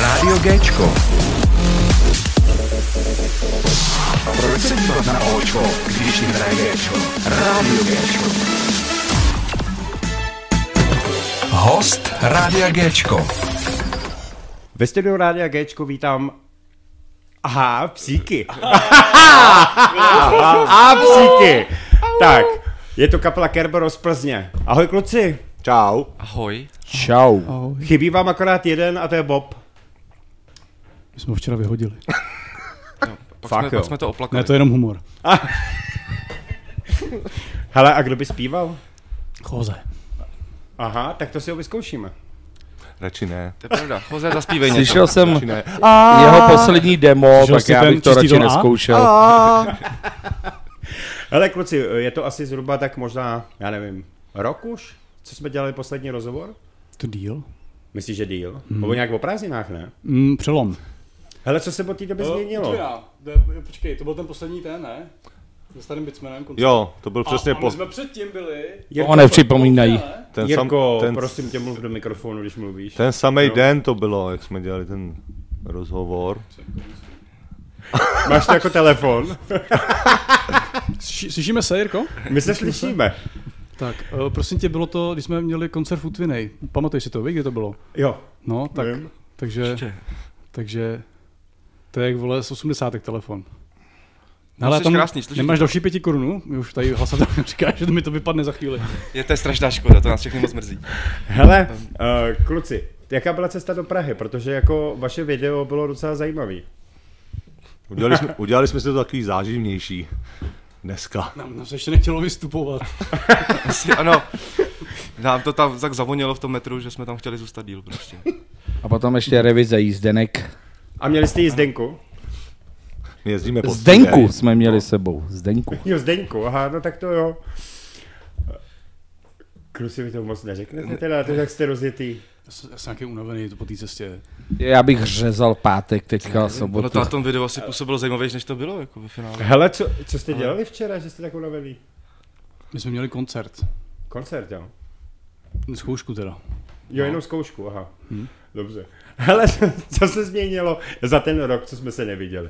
Rádio Géčko. Proč se dívat na Očko, když jim hraje Géčko? Rádio Géčko. Host Rádia Géčko. Ve studiu Rádia Géčko vítám... Aha, psíky. Psíky. Tak, je to kapela Kerberos z Plzně. Ahoj kluci. Čau. Ahoj. Čau. Ahoj. Chybí vám akorát jeden a to je Bob. My jsme ho včera vyhodili. Fakt jo. Pak jsme to oplakali. Ne, to je jenom humor. Hele, a kdo by zpíval? Jose. Aha, tak to si ho vyzkoušíme. Radši ne. To je pravda. Jose, zaspívej něco. Slyšel jsem Ne. jeho poslední demo, Slyšel tak jsi já ten bych to čistý radši tón A? neskoušel. Hele kluci, je to asi zhruba tak možná, já nevím, rok už, co jsme dělali poslední rozhovor? To díl? Myslíš, že díl? Nebo nějak o prázdninách, ne? Přelom. Hele, co se od té doby změnilo? Počkej, to byl ten poslední ten, ne? Se starým Bitsmanem. Jo, to byl přesně my jsme předtím byli. Ho nepřipomínají. Jirko, prosím tě, mluv do mikrofonu, když mluvíš. ten samý den to bylo, jak jsme dělali ten rozhovor. Máš to jako telefon? Slyšíme se, Jirko? My se slyšíme. Tak, prosím tě, bylo to, když jsme měli koncert v Utvinej. Pamatuješ si to, víš, kde to bylo? Jo. No, tak, Vím. takže, to je jak vole z 80. telefon. No, jsi krásný, slyšíš nemáš to? další 5 korun? My už tady hlasat říká, že mi to vypadne za chvíli. Je to strašná škoda, to nás všechny moc mrzí. Hele, kluci, jaká byla cesta do Prahy? Protože jako vaše video bylo docela zajímavý. Udělali jsme si to takový záživnější dneska. Nám se ještě nechtělo vystupovat. Asi, ano. Nám to tam tak zavonilo v tom metru, že jsme tam chtěli zůstat díl prostě. A potom ještě revize jízdenek. A měli jste jízdenku? My jezdíme po Zdenku jsme měli s sebou. Zdenku. Jo, Zdeňku, aha, no tak to jo. Kluci, vy to moc neřeknete teda, to jak jste rozjetý. Já jsem nějaký unavený to po té cestě. Já bych řezal pátek teďka sobotu. Ono to na tom videu asi působilo zajímavější, než to bylo jako ve finále. Hele, co jste dělali včera, že jste tak unavený? My jsme měli koncert. Koncert, jo? Zkoušku teda. Jo, jenom zkoušku, aha. Dobře. Hele, co se změnilo za ten rok, co jsme se neviděli?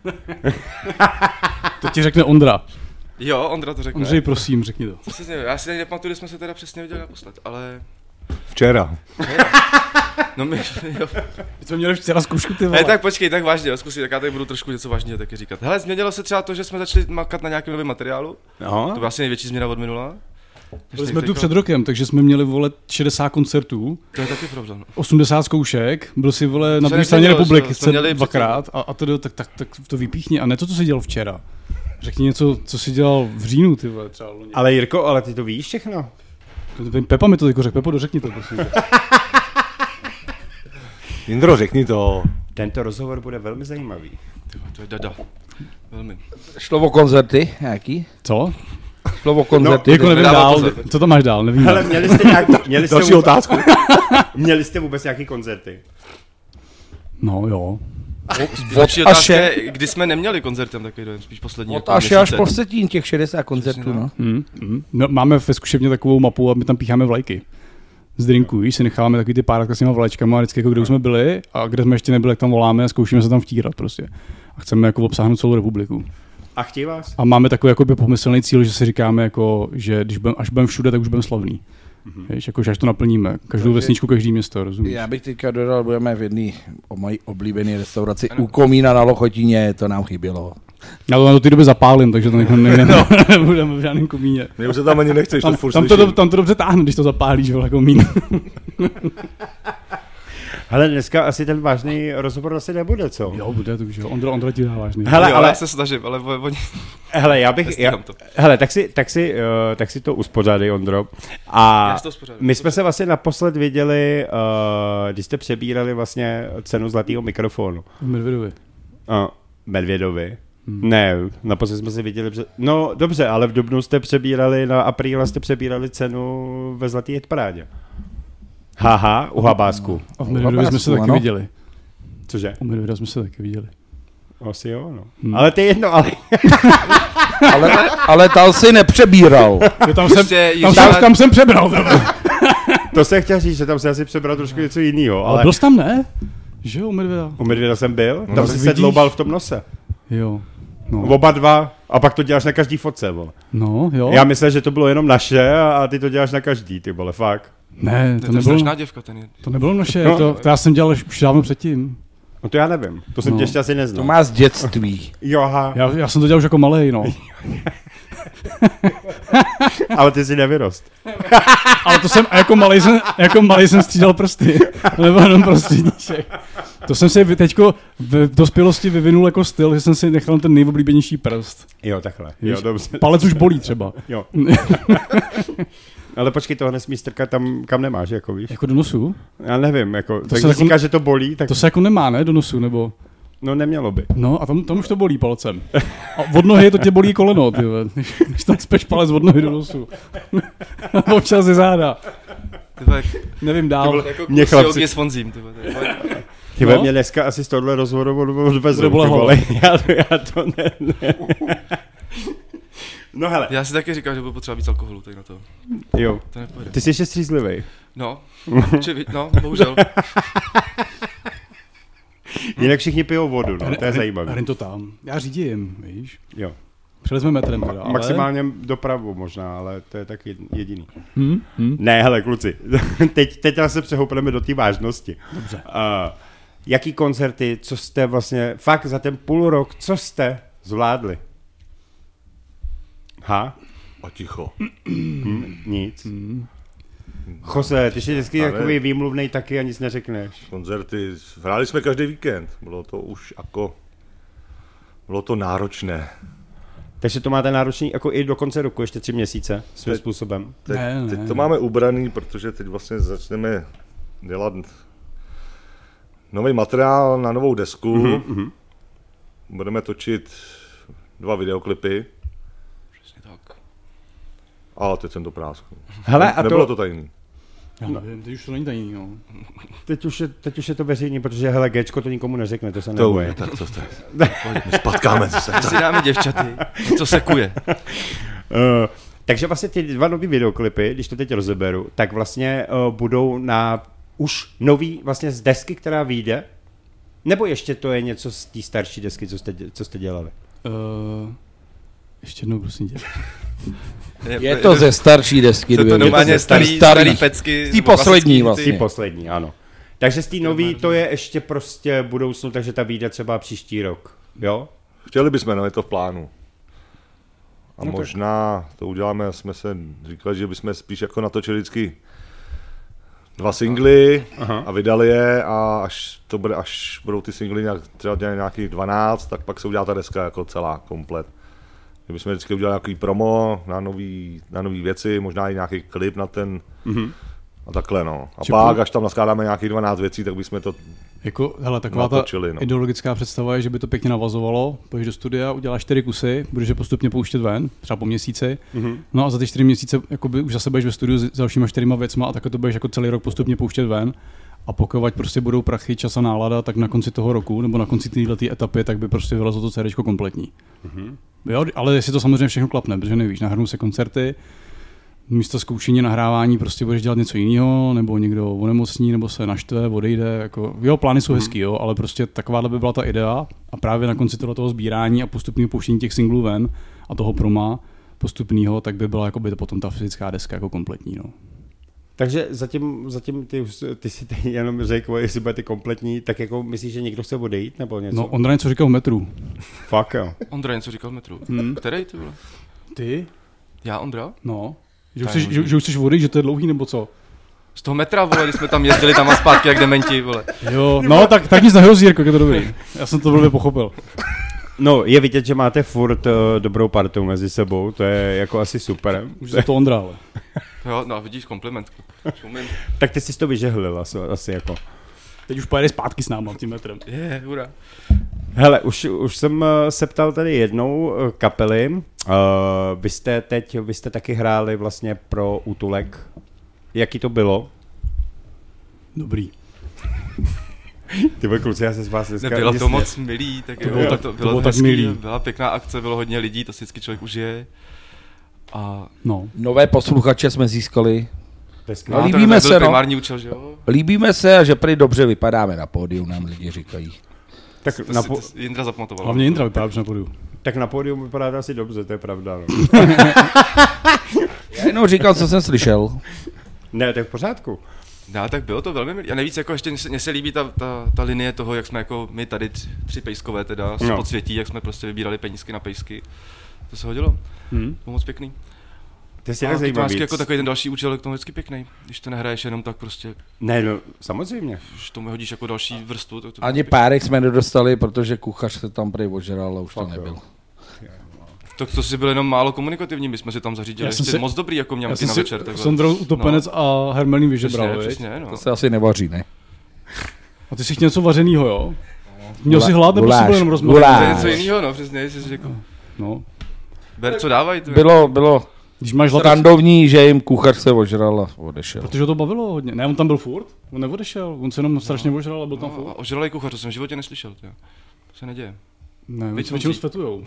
To ti řekne Ondra. Jo, Ondra to řekne. Ondřej, prosím, řekni to. Co se změnilo? Já si nepamatuju, kde jsme se teda přesně viděli naposled, ale... Včera. No my, jo. My jsme měli včera zkoušku, ty vole. Ne, tak počkej, tak vážně, zkusím, tak já tady budu trošku něco vážného taky říkat. Hele, změnilo se třeba to, že jsme začali makat na nějakém novém materiálu. No. To byla asi největší změna od minula. Byli jsme tu před rokem, takže jsme měli, vole, 60 koncertů, To je taky pravda, no. 80 zkoušek, byl si, vole, na druhé Se straně nezměnilo, republiky jsme měli dvakrát a to, tak to vypíchni. A ne to, co jsi dělal včera. Řekni něco, co jsi dělal v říjnu, ty vole, třeba loni. Ale Jirko, ale ty to víš všechno. Pepa mi to jako řekl, Pepo, dořekni to, prosím. Jindro, řekni to. Tento rozhovor bude velmi zajímavý. To je dada. Velmi. Šlo o koncerty nějaký? Co? Šlo o koncerty. Jako nevím Vydával dál, pozor. co tam máš dál, nevím. Hele, měli jste nějaký... Další otázku. Měli jste vůbec nějaký koncerty? No jo. Lepší až otázka je- je, kdy jsme neměli koncertem takový dojem, spíš poslední. Od jako až je až měsíce. po vsetín těch 60 koncertů, no. No, máme ve zkušebně takovou mapu a my tam pícháme vlajky. Z drinku, víš, si necháváme takový ty páratka s těma vlajčkama a vždycky jako kde už jsme byli a kde jsme ještě nebyli, jak tam voláme a zkoušíme se tam vtírat prostě. A chceme jako obsáhnout celou republiku. A chtějí vás? A máme takový jakoby pomyslný cíl, že si říkáme jako, že až budeme všude, tak už budeme slavný. Víš, jako, že až to naplníme. Každou vesničku, každý město, rozumíš? Já bych teďka dodal, budeme v jedné o mojí oblíbené restauraci u Komína na Lochotině, to nám chybělo. Já to do té doby zapálím, takže to nebudeme v žádném komíně. Mě už se tam ani nechceš, to furt Tam to dobře táhne, když to zapálíš, vole, komín. Hele, dneska asi ten vážný rozhovor asi nebude, co? Jo, bude to už, jo. Ondra ti dá vážný. Hele, Jo, ale... já se snažím, ale oni... Hele, Nestíhám to. Hele, tak si to uspořádej, Ondro. A Já si to uspořádám. my jsme se vlastně naposled viděli, když jste přebírali vlastně cenu zlatého mikrofonu. Medvedovi. Medvědovi. Ne, naposled jsme se viděli, no dobře, ale v dubnu jste přebírali, na apríla jste přebírali cenu ve Zlatý hitparádě. Haha, u Habásku. A v Medvedovi jsme se taky ano. viděli. Cože? U Medveda jsme se taky viděli. Asi jo, no. Ale to je jedno, ale... Ale tam si nepřebíral. Tam jsem přebral. To jsem chtěl říct, že tam se asi přebral trošku něco jiného, Ale byl jsi tam, ne? Že jo, u medvěda. U medvěda jsem byl, No, tam tak jsi se vidíš. dloubal v tom nose. Jo. No. Oba dva, a pak to děláš na každý fotce, vole. No, jo. Já myslel, že to bylo jenom naše a ty to děláš na každý, ty vole, fakt. Ne, To to je nebylo, strašná děvka, ten je. to nebylo naše, No. to já jsem dělal už dávno předtím. No to já nevím, to jsem No. tě ještě asi To neznal. má z dětství. Jo, aha, Já jsem to dělal už jako malej, no. ale ty jsi nevyrost. Ale to jsem, jako malej jsem střídal prsty. Nebo jenom prostředníček. To jsem si teďko v dospělosti vyvinul jako styl, že jsem si nechal ten nejoblíbenější prst. Jo, takhle, Víš? jo, dobře. Palec už bolí třeba. Jo. Ale počkej, toho nesmí strkat tam, kam nemáš, jako víš. Jako do nosu? Já nevím, jako, tak se když jako- říkáš, že to bolí, tak To se jako nemá, ne? Do nosu, nebo... no nemělo by. No a tam už to bolí palcem. A od nohy to tě bolí koleno, ty vole. Když tak speš palec od nohy do nosu. Občas ze záda. Ty vole, Nevím dál. jako mě kusy chlapci- ogy s Fonzím, ty vole. To je- Ty No. mě dneska asi z tohle rozhovoru odvezou, Bude bolet ty hlava. vole. Já to ne. No hele, Já si taky říkal, že budu potřeba víc alkoholu, tak na to. jo. To nepojde. Ty jsi ještě střízlivej. No, no, bohužel. Jinak všichni pijou vodu, no, to je zajímavé. Hren to tam. Já řídím, víš. Jo. Přelezme metrem teda, ale... Maximálně dopravu možná, ale to je tak jediný. Hm? Ne, hele, kluci, teď se přehoupneme do té vážnosti. Dobře. Jaký koncerty, co jste vlastně, fakt za ten půl rok, co jste zvládli? A ticho. Nic. Jose, ty jsi vždycky Ale- takový výmluvnej taky a nic neřekneš. Koncerty, hráli jsme každý víkend. Bylo to už jako... Bylo to náročné. Takže to máte náročný jako i do konce roku, ještě 3 měsíce svým Teď- způsobem. Teď to máme ubraný, protože teď vlastně začneme dělat nový materiál na novou desku. Budeme točit 2 videoklipy. Přesně tak. A teď jsem to prásknul. Hele, a Nebylo to, to tajný. Já nevím, teď už to není tajný, no. teď už je to veřejný, protože hele, Gčko to nikomu neřekne, to se To neboje. je, tak to je. My spatkáme se. Si dáme děvčaty, co sekuje. Takže vlastně ty 2 nový videoklipy, když to teď rozeberu, tak vlastně budou na už nový vlastně z desky, která vyjde, nebo ještě to je něco z té starší desky, co jste dělali? Ještě jednou, prosím tě. Je to ze starší desky. To dvě. normálně Je to ze starý pecky. Z té nebo poslední klasický Ty hity. poslední, ano. Takže z té nový to je ještě prostě budoucnu, takže ta vyjde třeba příští rok, jo? Chtěli bychom, no je to v plánu. A No tak. možná to uděláme, jsme se říkali, že bychom spíš jako natočili vždycky 2 singly a vydali je a až budou ty singly třeba dělat nějakých 12, tak pak se udělá ta deska jako celá, komplet. Kdybychom vždycky udělali nějaký promo na nový věci, možná i nějaký klip na ten a takhle no. A pak, až tam naskládáme nějakých 12 věcí, tak bychom to Jako, hele, taková ta natočili, no. ideologická představa je, že by to pěkně navazovalo, půjdeš do studia, uděláš 4 kusy, budeš je postupně pouštět ven, třeba po měsíci, no a za ty 4 měsíce jakoby, už zase budeš ve studiu s dalšíma 4 věcma a takhle to budeš jako celý rok postupně pouštět ven. A pokud prostě budou prachy, čas a nálada, tak na konci toho roku nebo na konci této etapy, tak by prostě vylezlo to CDčko kompletní. Jo, ale jestli to samozřejmě všechno klapne, protože nevíš, nahrnou se koncerty, místo zkoušení nahrávání prostě budeš dělat něco jiného, nebo někdo onemocní, nebo se naštve, odejde, jako, jo, plány jsou hezký, jo, ale prostě takováhle by byla ta idea a právě na konci toho sbírání a postupného pouštění těch singlů ven a toho proma postupného, tak by byla jako by to potom ta fyzická deska jako kompletní, no. Takže zatím ty si teď jenom řekl, jestli budete kompletní, tak jako myslíš, že někdo chce odejít nebo něco? No, Ondra něco říkal v metru. Fakt jo. Ondra něco říkal v metru. Který ty vole? Ty? Já, Ondra? No. Že Tak už, chceš, možná. že už chceš odejít, že to je dlouhý, nebo co? Z toho metra, vole, když jsme tam jezdili tam a zpátky jak dementi, vole. Jo, no tak nic nehrozí, Jirko, je to dobrý. Já jsem to blbě pochopil. No, je vidět, že máte furt dobrou partu mezi sebou, to je jako asi super. Už je to Ondra, ale. Jo, no vidíš, kompliment. Umím. Tak ty jsi to vyžehlil asi jako. Teď už pojede zpátky s náma tím metrem. Hurá. Hele, už jsem se ptal tady jednou kapely, vy jste taky hráli vlastně pro Útulek, jaký to bylo? Dobrý. Ty vole, kluci, já se z vás dneska... Nebylo to moc milý, tak To bylo jo, tak- to to bylo bylo tak hezký, milý. byla pěkná akce, bylo hodně lidí, to si vždycky člověk užije. A No. Nové posluchače jsme získali To je No, skvělé. líbíme se, no. primární účel, že jo? Líbíme se a že prý dobře vypadáme na pódiu, nám lidi říkají. Tak To na, si Jindra zapamatoval. Hlavně Jindra vypadá už na podiu. tak na pódium vypadá to asi dobře, to je pravda. No. Já jenom říkal, co jsem slyšel. Ne, to je v pořádku. No, tak bylo to velmi milý. A navíc jako ještě mně se líbí ta linie toho, jak jsme jako my tady tři pejskové teda z podsvětí, jak jsme prostě vybírali penízky na pejsky. To se hodilo. To moc pěkný. To je si A zajímavý. jako takový ten další účel je k tomu vždycky pěkný. Když to nehraješ jenom tak prostě, Ne, no, samozřejmě. když tomu hodíš jako další vrstvu. Tak to Ani párek jsme nedostali, protože kuchař se tam prý ožral a už to nebyl. Tak to si byl jenom málo komunikativní, my jsme si tam zařídili Já jsem ještě si- moc dobrý jako Já mňamky jsem na si večer. takhle. Sondrou Utopenec a Hermelín Přesně, vyžebral, viď? přesně, no. To se asi nevaří, ne? A ty jsi chtěl něco vařenýho, jo? Měl jsi hlad, nebo jsi Guláš, byl jenom To je guláš. něco jiného, no, přesně, jsi jako, No. ber, co dávají, ty. Bylo Když máš hlad, randovní, že jim kuchař se ožral a odešel. protože ho to bavilo hodně. Ne, on tam byl furt, on neodešel, on se jenom strašně ožral a byl tam No, furt. a ožralej kuchař, to jsem v životě neslyšel, tyjo. To se neděje. Ne, Teď většinou jsou svetujou.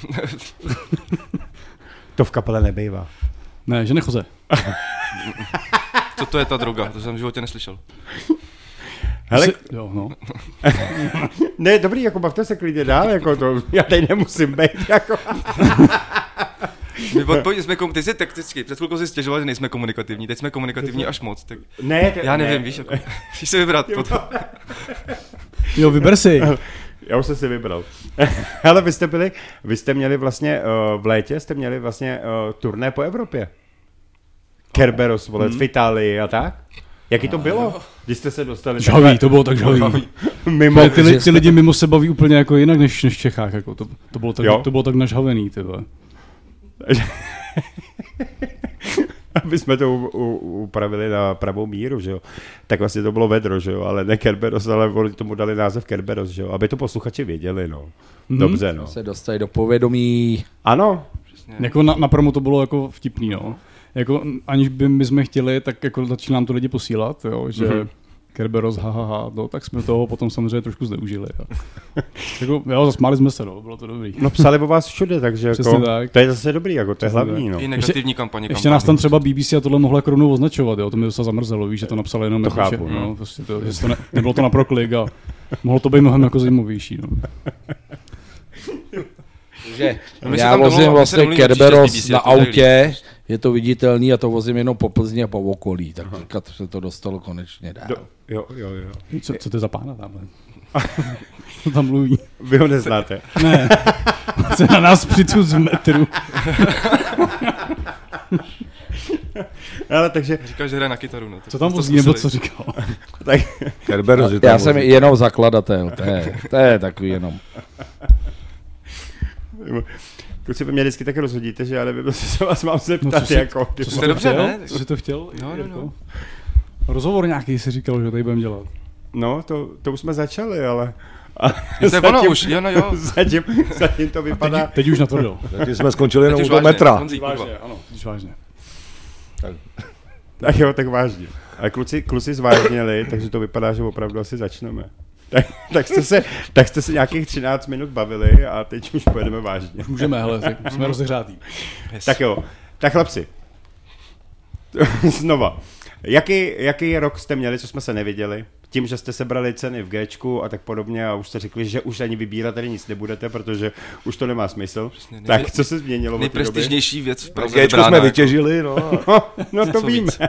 To v kapele nebejvá. Ne, že nechoze. Co to je ta droga, to jsem v životě neslyšel. Hele, Jo, no. ne, dobrý, jako bavte se klidně dál, jako to, já tady nemusím být, jako. My odpovědi jsme ty jsi takticky, před chvilkou si stěžoval, že nejsme komunikativní, teď jsme komunikativní až moc, tak Ne, já nevím, víš, jako, víš se vybrat potom. Jo, vyber si. Já už jsem si vybral. Ale vy jste měli vlastně v létě, jste měli vlastně turné po Evropě. Kerberos, vole, v Itálii a tak. Jaký to bylo, když jste se dostali Žhavý, to bylo tak žhavý. mimo? Ty lidi mimo se baví úplně jako jinak než v Čechách, jako Jo. to bylo tak nažhavený, ty vole. Aby jsme to upravili na pravou míru, že jo. Tak vlastně to bylo vedro, že jo, ale ne Kerberos, ale oni tomu dali název Kerberos, že jo, aby to posluchači věděli, no. Dobře, no. Se dostali do povědomí. Ano, Jako na promo to bylo jako vtipný, no. Jako aniž by my jsme chtěli, tak jako začali nám to lidi posílat, jo, že Kerberos, no, tak jsme toho potom samozřejmě trošku zneužili. Jako, jo, zasmáli jsme se, no, bylo to dobrý. no psali o vás všude, takže Přesně jako, tak. to je zase dobrý, jako to je Přesně hlavní, no. I negativní kampaně. Ještě nás tam třeba BBC a tohle mohla jako rovnou označovat, jo, to mi docela zamrzelo, víš, že to napsali jenom To jako, chápu, že, no. no, prostě to, že to nebylo to na proklik a mohlo to být mnohem jako zajímavější, no. Že my se já tam vozím domluvíme, vlastně my se domluvíme Kerberos příště s BBC, na jako to je autě, je to viditelný a to vozím jenom po Plzni a po okolí, tak říkat se to dostalo konečně dál. Jo. Co to je za pána tamhle? Co tam mluví? Vy ho neznáte. Ne, se na nás přicud z metru. Ale takže, Říkáš, že hraje na kytaru, no. Co tam to vozí, nebo co zkusili. říkal? tak, Kerberos, že tam Já jsem vozí. jenom zakladatel, to je takový jenom. kluci, vy mě vždycky tak rozhodíte, že já nevím, jestli se vás mám No, zeptat, co si- jako. Co jsi To je to dobře, chtěl? ne? Co jsi to chtěl? Jo, Jirko? no. Rozhovor nějaký si říkal, že tady budeme dělat. No, to už jsme začali, ale To je ono už, jo, no jo. zatím to vypadá. Teď už natvrdil. Zatím jsme skončili jenom Teď u už toho vážně, metra. Honzík, kurva. ano, teď vážně. Tak jo, tak vážně. Ale kluci zvážněli, takže to vypadá, že opravdu asi začneme. Tak jste se nějakých 13 minut bavili a teď už pojedeme vážně. Můžeme, hele, tak jsme rozehřátý. Yes. Tak jo, tak chlapci. Znova. Jaký rok jste měli, co jsme se neviděli? Tím, že jste sebrali ceny v Gčku a tak podobně a už jste řekli, že už ani vybírat tady nic nebudete, protože už to nemá smysl. Tak co se změnilo od té doby? Nejprestižnější věc v Praze Géčko vybrána, jsme jako. vytěžili, no. No to Co víme. víc?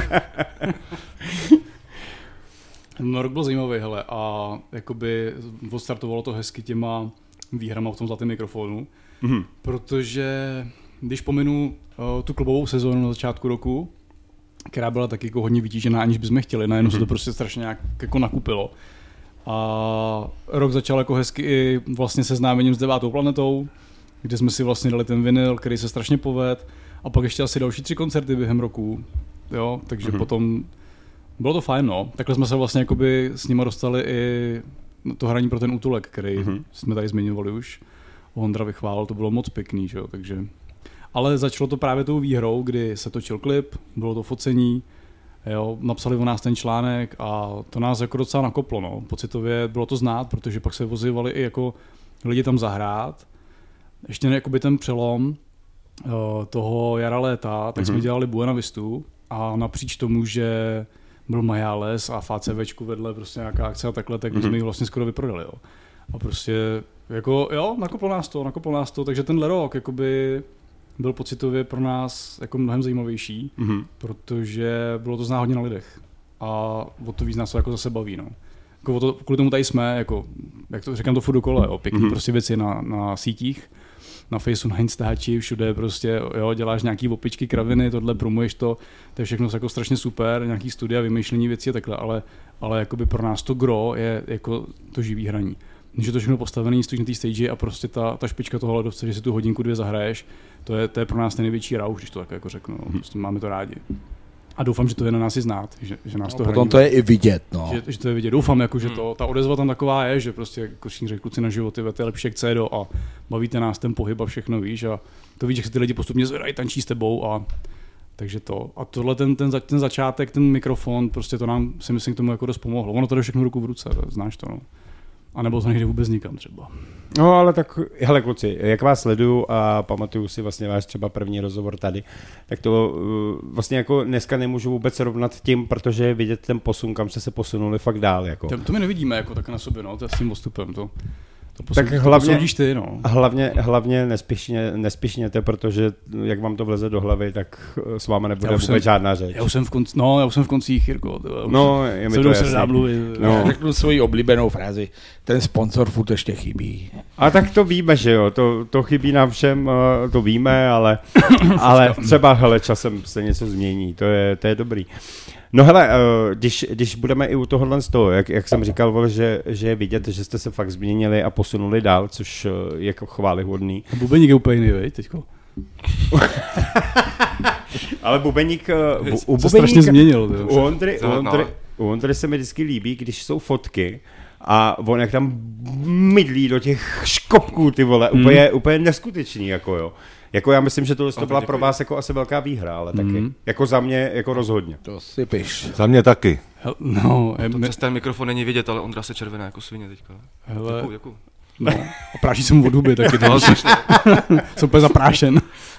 No, rok byl zajímavý, hele, a jakoby odstartovalo to hezky těma výhrama v tom zlatém mikrofonu, protože když pominu tu klubovou sezónu na začátku roku, která byla taky jako hodně vytížená, aniž bychom chtěli, najednou se to prostě strašně nějak jako nakupilo. A rok začal jako hezky i vlastně seznámením s 9. planetou, kde jsme si vlastně dali ten vinyl, který se strašně poved, a pak ještě asi další 3 koncerty během roku, jo, takže potom bylo to fajn, no. Takhle jsme se vlastně jakoby s nima dostali i na to hraní pro ten útulek, který jsme tady zmiňovali už. Ondra vychválil, to bylo moc pěkný, že jo, takže. Ale začalo to právě tou výhrou, kdy se točil klip, bylo to focení, jo, napsali o nás ten článek a to nás jako docela nakoplo, no. Pocitově bylo to znát, protože pak se vozívali i jako lidi tam zahrát. Ještě jakoby ten přelom toho jara léta, tak jsme dělali Buena Vistu, a napříč tomu, že byl Majales a FCVčku vedle prostě nějaká akce a takhle, tak jsme ji vlastně skoro vyprodali, jo. A prostě jako jo, nakoplo nás to, takže tenhle rok jakoby byl pocitově pro nás jako mnohem zajímavější, protože bylo to znát hodně na lidech a o to víc nás to jako zase baví, no. Jako kvůli tomu tady jsme, jako, jak to říkám to furt dokola, jo, pěkný prostě věci na sítích, na Faceu, na Instači, všude prostě, jo, děláš nějaký opičky, kraviny, tohle promuješ to je všechno jako strašně super, nějaký studia, vymýšlení věcí a takhle, ale jakoby pro nás to gro je jako to živý hraní. Když je to všechno postavený, stojíš na té stage a prostě ta špička toho ledovce, že si tu hodinku, 2 zahraješ, to je pro nás ten největší rauš, když to tak jako řeknu, prostě máme to rádi. A doufám, že to je na nás i znát, že nás to hraní. Potom to je i vidět, no. Že to je vidět. Doufám, jako, že ta odezva tam taková je, že prostě jako řekl kluci na životy, to je lepší jak CEDO a bavíte nás ten pohyb a všechno, víš, a to víš, že se ty lidi postupně zvedají, tančí s tebou a takže to. A tohle ten začátek, ten mikrofon, prostě to nám si myslím k tomu jako dost pomohlo. Ono to jde všechno ruku v ruce, znáš to, no. A nebo to nejde vůbec nikam třeba. No ale tak, hele kluci, jak vás sleduju a pamatuju si vlastně váš třeba první rozhovor tady, tak to vlastně jako dneska nemůžu vůbec rovnat tím, protože vidět ten posun, kam jste se posunuli fakt dál. Jako. To my nevidíme jako tak na sobě, no, to je s tím postupem, to tak hlavně, ty, no. hlavně nespěšněte, protože jak vám to vleze do hlavy, tak s váma nebude vůbec žádná řeč. Já už jsem v koncích, Jirko. No, je mi to jasný. No. Já řeknu svoji oblíbenou frázi, ten sponsor furt ještě chybí. A tak to víme, že jo, to chybí nám všem, to víme, ale třeba hele, časem se něco změní, to je dobrý. No hele, když budeme i u tohohle z toho, jak jsem říkal, že je vidět, že jste se fakt změnili a posunuli dál, což je jako chvályhodný. Bubeník je úplně jiný, veď, teďko. Ale Bubeník... se strašně změnil. U Ondry se mi vždycky líbí, když jsou fotky a on jak tam mydlí do těch škopků, ty vole, úplně neskutečný, jako jo. Jako já myslím, že to byla pro vás jako asi velká výhra, ale taky. Jako za mě, jako rozhodně. To si piš. Za mě taky. No, to přes ten mikrofon není vidět, ale Ondra se červená jako svině teďka. Děkuju. No, a práší se mu od huby taky. No, jsem úplně zaprášen.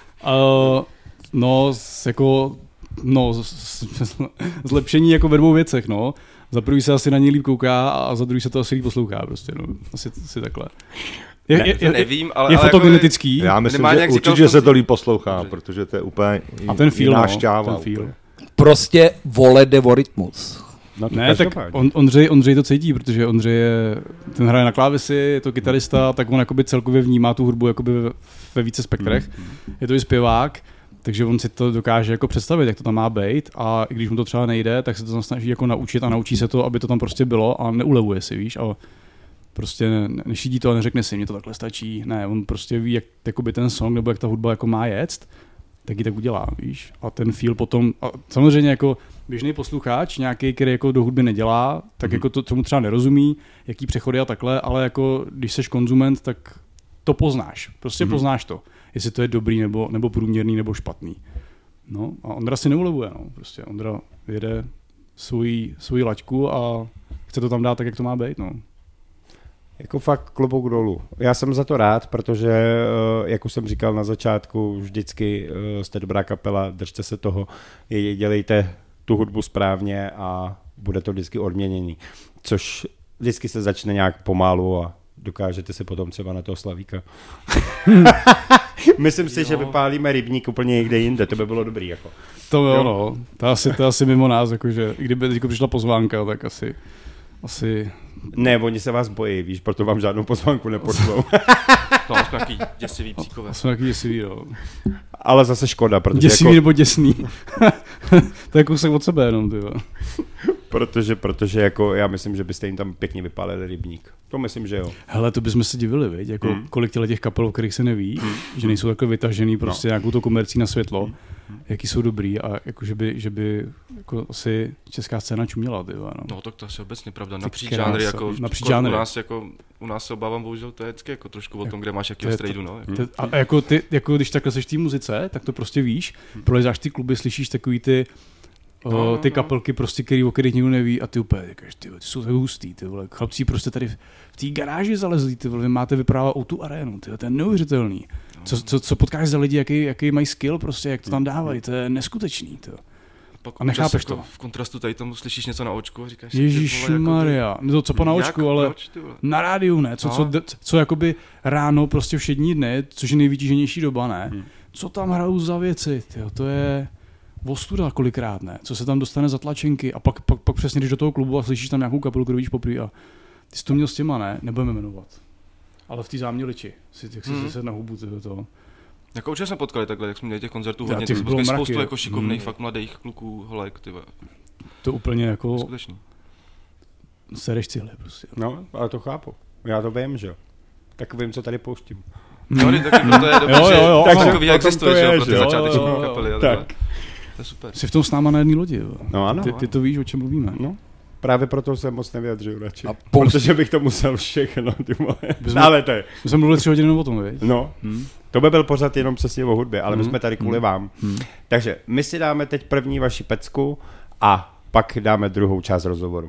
Zlepšení jako ve 2 věcech, no. Za prvý se asi na něj líp kouká a za druhý se to asi líp poslouchá prostě, no. Asi takhle. Nevím, ale je fotogenetický. Já myslím, že určitě se to líp poslouchá, protože to je úplně jiná šťáva. Prostě vole jde o rytmus. No ne, tak Ondřej to cítí, protože Ondřej ten hraje na klávesi, je to kytarista, tak on jakoby celkově vnímá tu hudbu jakoby ve více spektrech. Je to i zpěvák, takže on si to dokáže jako představit, jak to tam má být, a i když mu to třeba nejde, tak se to snaží jako naučit a naučí se to, aby to tam prostě bylo a neulevuje si, víš, a prostě nešídí to a neřekne si, mně to takhle stačí. Ne, on prostě ví, jak jakoby ten song nebo jak ta hudba jako má jet, tak ji tak udělá, víš. A ten feel potom, a samozřejmě jako běžný posluchač, nějaký, který jako do hudby nedělá, tak jako to tomu třeba nerozumí, jaký přechody a takhle, ale jako když seš konzument, tak to poznáš. Prostě poznáš to, jestli to je dobrý nebo průměrný nebo špatný. No a Ondra si neulevuje, no. Prostě Ondra jede svoji laťku a chce to tam dát tak, jak to má být, no. Jako fakt klobouk dolů. Já jsem za to rád, protože, jak už jsem říkal na začátku, vždycky jste dobrá kapela, držte se toho, dělejte tu hudbu správně a bude to vždycky odměněný. Což vždycky se začne nějak pomalu a dokážete si potom třeba na toho Slavíka. Myslím si, že vypálíme Rybník úplně někde jinde, to by bylo dobrý. Jako. To jo, no. To asi mimo nás, jakože, kdyby teď přišla pozvánka, tak asi... Ne, oni se vás bojí, víš, proto vám žádnou pozvánku nepošlou. No, jsme takový děsivý psíkové. Jsme takový děsivý, jo. Ale zase škoda, protože děsivý jako... nebo děsný. To je kousek od sebe jenom, ty. Protože jako já myslím, že byste jim tam pěkně vypálili Rybník. To myslím, že jo. Hele, to bychom se divili, viď? Jako kolik těch kapel, o kterých se neví, že nejsou takhle vytažený prostě nějakou to komercí na světlo, jaký jsou dobrý a jako, že by jako asi česká scéna čuměla, ty. No tak to asi obecně pravda, napříč žánry, jako u nás se obávám, bohužel to je vždycky jako trošku o tom, kde máš jakýho strejdu, no. A jako ty, jako když takhle seš v té muzice, tak to prostě víš, prolezáš ty kluby, slyšíš takový ty kapelky prostě, o kterých nikdo neví a ty úplně říkáš, ty jsou tak hustý, ty vole, chlapci prostě tady v té garáži zalezlí, ty vole, vy máte vyprávat o tu arénu, ty, to je neuvěřitelný. Co potkáš za lidi, jaký mají skill prostě, jak to tam dávají, to je neskutečný, ty. pak A nechápeš jako to. v kontrastu tady tomu slyšíš něco na očku a říkáš Ježišmarja, no to co po na očku, ale proč, na rádiu ne, co jakoby ráno prostě všední dny, což je nejvytíženější doba, ne? Co tam hrajou za věci, tyjo, to je ostuda kolikrát, ne? Co se tam dostane za tlačenky a pak přesně jdeš do toho klubu a slyšíš tam nějakou kapelu, kterou vidíš poprvé a ty jsi to měl s těma, ne? Nebudeme jmenovat. Ale v té Záměliči, jak si se na hubu toho. Jako určitě jsme potkali takhle, jak jsme měli těch koncertů hodně, těch tak bylo jsme mraky, spoustu jako šikovných, fakt mladých kluků, holek, ty vole. To úplně jako Skutečný. sereš cihly prostě. No, ale to chápu. Já to vím, že jo. Tak vím, co tady pouštím. No, taky proto je dobré, že takový existuje, že jo, pro ty začáteční kapely. Tak. To je super. Jsi v tom s náma na jedné lodi, jo. No ano. Ty to víš, o čem mluvíme. No. Právě proto se moc nevyjadřuju radši. A Protože bych to musel všechno, ty moje. Ale to je. My jsme mluvili 3 hodiny o tom, víš? No, to by byl pořád jenom přesně o hudbě, ale my jsme tady kvůli vám. Takže my si dáme teď první vaši pecku a pak dáme druhou část rozhovoru.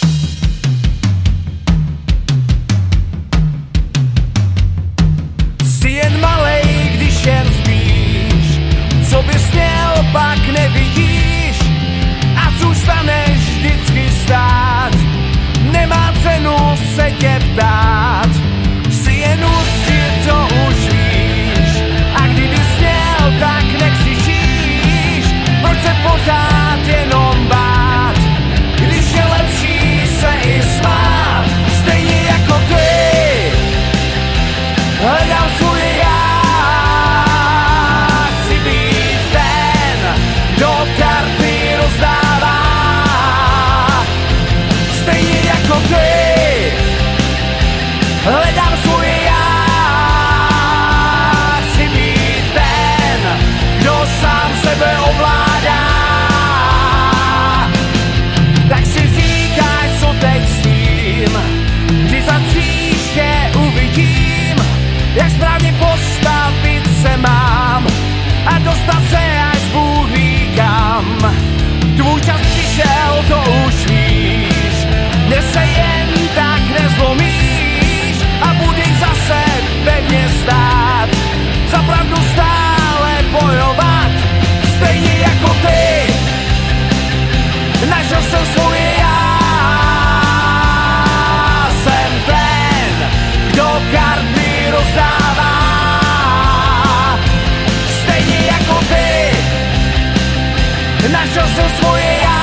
Jsi jen malej, když jen spíš, co bys měl, pak nevidíš a zůstaneš vždycky stát. Nemá cenu se tě ptát, jsi jen ústit, to už víš. A kdybys měl, tak nekřičíš, proč se pořád jenom bát, když je lepší se i smát. Stejně jako ty, hledám svůj já, chci být ten, kdo karty rozdává. Stejně jako ty, hledám svůj já, chci být ten, kdo sám sebe ovládá. Tak si říkáš, co teď s tím, kdy za příště uvidím, jak správně postavit se mám a dostat se až Bůh ví kam. Tvůj čas přišel, to už víš, mě se jen tak nezlomíš a budeš zase pevně stát, za pravdu stále bojovat. Stejně jako ty, našel jsem svoje já, jsem ten, kdo karty rozdává. Stejně jako ty, našel jsem svoje já,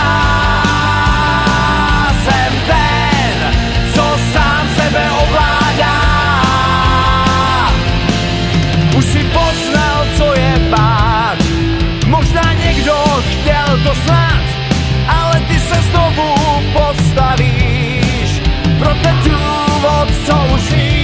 jsem ten, co sám sebe ovládá. Už si poznal, co je bát, možná někdo chtěl to snad, ale ty se znovu postavíš pro ten důvod, co už víš.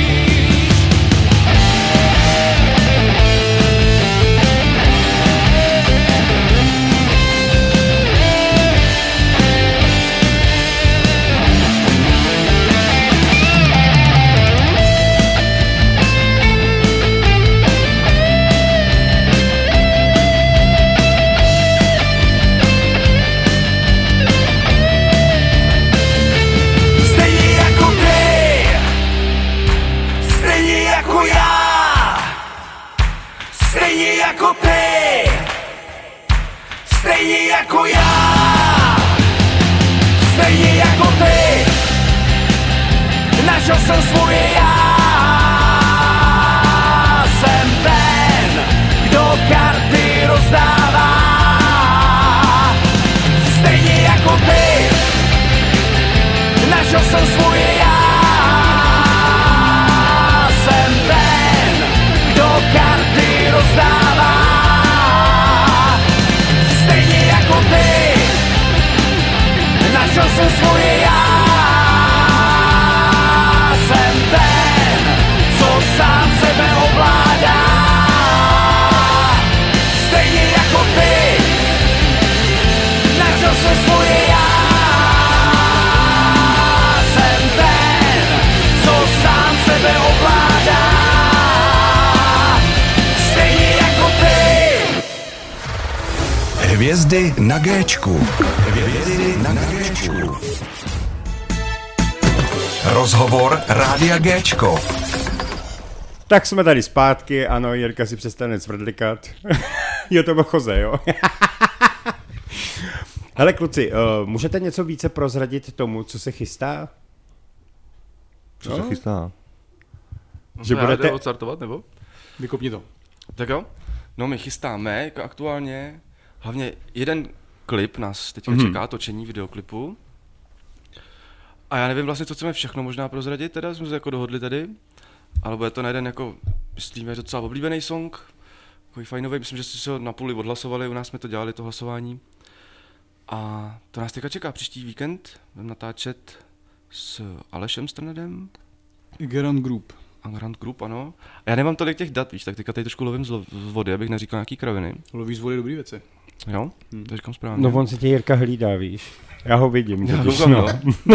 Stejně jako ty, stejně jako já, stejně jako ty, stejně jako já, stejně jako ty, našel jsem svoje já, jsem ten, kdo karty rozdává. Stejně jako ty, našel jsem svoje já, jsem ten, kdo karty rozdává. Stejně jako ty, našel jsem svoje já, jsem ten, co sám sebe ovládá. Stejně jako ty, našel jsem svoje já, jsem ten, co sám sebe ovládá. Stejně jako ty. Hvězdy na Géčku. Hvězdy na Géčku. Rozhovor Rádia Géčko. Tak jsme tady zpátky, ano, Jirka si přestane cvrdlikat. Je to Bochoze, jo? Hele kluci, můžete něco více prozradit tomu, co se chystá? Co se chystá? Že budete... odstartovat, nebo? Vykopni to. Tak jo. No my chystáme jako aktuálně hlavně jeden klip nás teďka čeká, točení videoklipu. A já nevím vlastně, co chceme všechno možná prozradit, teda jsme se jako dohodli tady. Ale bude to na jeden jako, myslíme, docela oblíbený song. Takový fajnový, myslím, že si ho na půli odhlasovali, u nás jsme to dělali, to hlasování. A to nás teďka čeká příští víkend, budeme natáčet s Alešem Strnadem. Garant Group. Garant Group, ano. A já nemám tolik těch dat, víš, tak teďka tady trošku lovím z vody, abych neříkal nějaký kraviny. Lovíš z vody dobrý věci. Jo, to říkám správně. No on se tě Jirka hlídá, víš. Já ho vidím. Já doufám, no.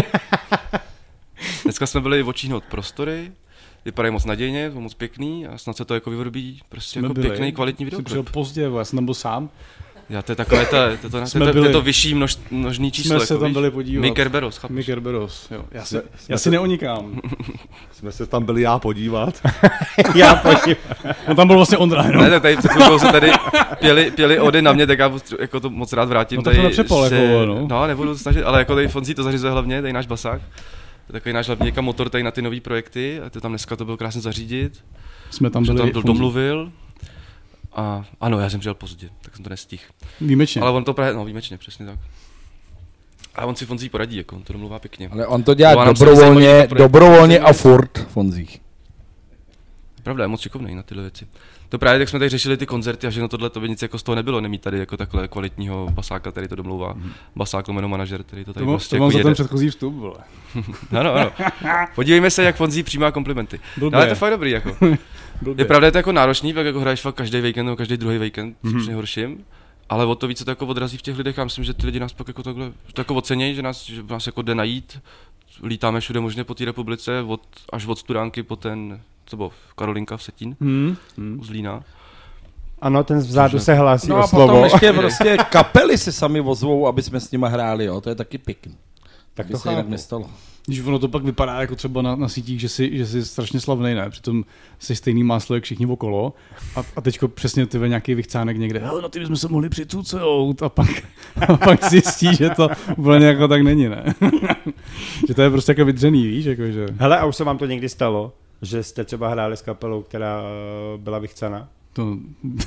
Dneska jsme byli očíhnout prostory, vypadají moc nadějně, moc pěkný a snad se to jako vyvrbí prostě jako pěkný, kvalitní videoklip. Jsem přišel pozdě, já jsem tam byl sám. Já, to je takové, to vyšší množný číslo. Jsme se tam byli podívat. My Kerberos, chápeš? My Kerberos, jo. Já si neonikám. Jsme se tam byli podívat. Já podívat. No tam byl vlastně Ondra, no. Ne, tady před chvilkou se tady pěli ody na mě, tak já jako to moc rád vrátím. No tak to nepřepal, jako no. No, nebudu snažit, ale jako tady Fonzí to zařizuje hlavně, tady náš basák. To je takový náš hlavní motor tady na ty nový projekty a to tam dneska to bylo krásně zařídit. Jsme tam byli. Tam domluvil. A ano, já jsem přijel pozdě, tak jsem to nestihl. Výjimečně. Ale on to právě, no výjimečně, přesně tak. A on si Fonzí poradí, jako on to domluvá pěkně. Ale on to dělá dobrovolně a furt, Fonzí. Pravda, je moc šikovnej na tyhle věci. To právě, jak jsme tady řešili ty koncerty a že tohle to by nic jako z toho nebylo, nemít tady jako takhle kvalitního basáka, který to domlouvá. Basák lomeno manažer, který to tady prostě to jako jede. Ten předchozí vstup, vole. Ano. Podívejme se, jak Fonzí přijímá komplimenty. No, ale to je fakt dobrý, jako. Je pravda, je to jako náročný, tak jako hraješ fakt každý víkend nebo každý druhý víkend, při nejhorším. Ale o to víc se to jako odrazí v těch lidech, já myslím, že ty lidi nás pak jako takhle to jako ocenějí, že nás jako jde najít. Lítáme všude možně po té republice, až od Studánky po ten, co bylo, Karolinka v Setín, u Zlína. Ano, ten vzadu se hlásí no o a slovo. potom ještě prostě kapely se sami ozvou, aby jsme s nima hráli, jo, to je taky pěkný. Tak to to se jinak nestalo. Když ono to pak vypadá jako třeba na sítích, že jsi strašně slavnej, ne? Přitom jsi stejný máslo jak všichni okolo a teďko přesně ty nějaký vychcánek někde, no ty bychom se mohli přitucout a pak zjistí, že to úplně jako tak není, ne? Že to je prostě jako vydřený, víš, jakože. Hele, a už se vám to někdy stalo, že jste třeba hráli s kapelou, která byla vychcaná? To...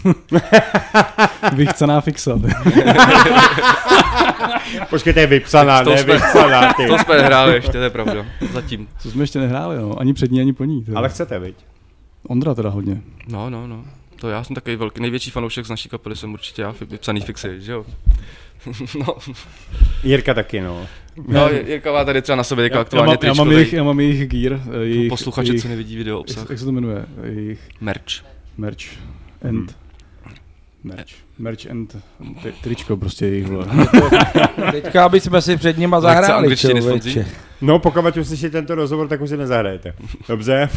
Vychcaná fixa. Počkej, to je vypsaná, ne vypsaná, ty. To jsme nehráli ještě, to je pravda, zatím. To jsme ještě nehráli, no, ani před ní, ani po ní. Teda. Ale chcete, viď? Ondra teda hodně. No. To já jsem takový největší fanoušek z naší kapely, jsem určitě já, vypsaný fixy, že jo? No. Jirka taky, no. No, Jirka má tady třeba na sobě jako aktuálně tričko. Já mám jejich gear. Posluchači, co nevidí video obsah. Jak se to jmenuje? Jejich... Merch and tričko prostě jejich, vole. Teďka, aby jsme si před nima zahráli, člověče. No, pokud uslyšíte tento rozhovor, tak už si nezahrajete. Dobře?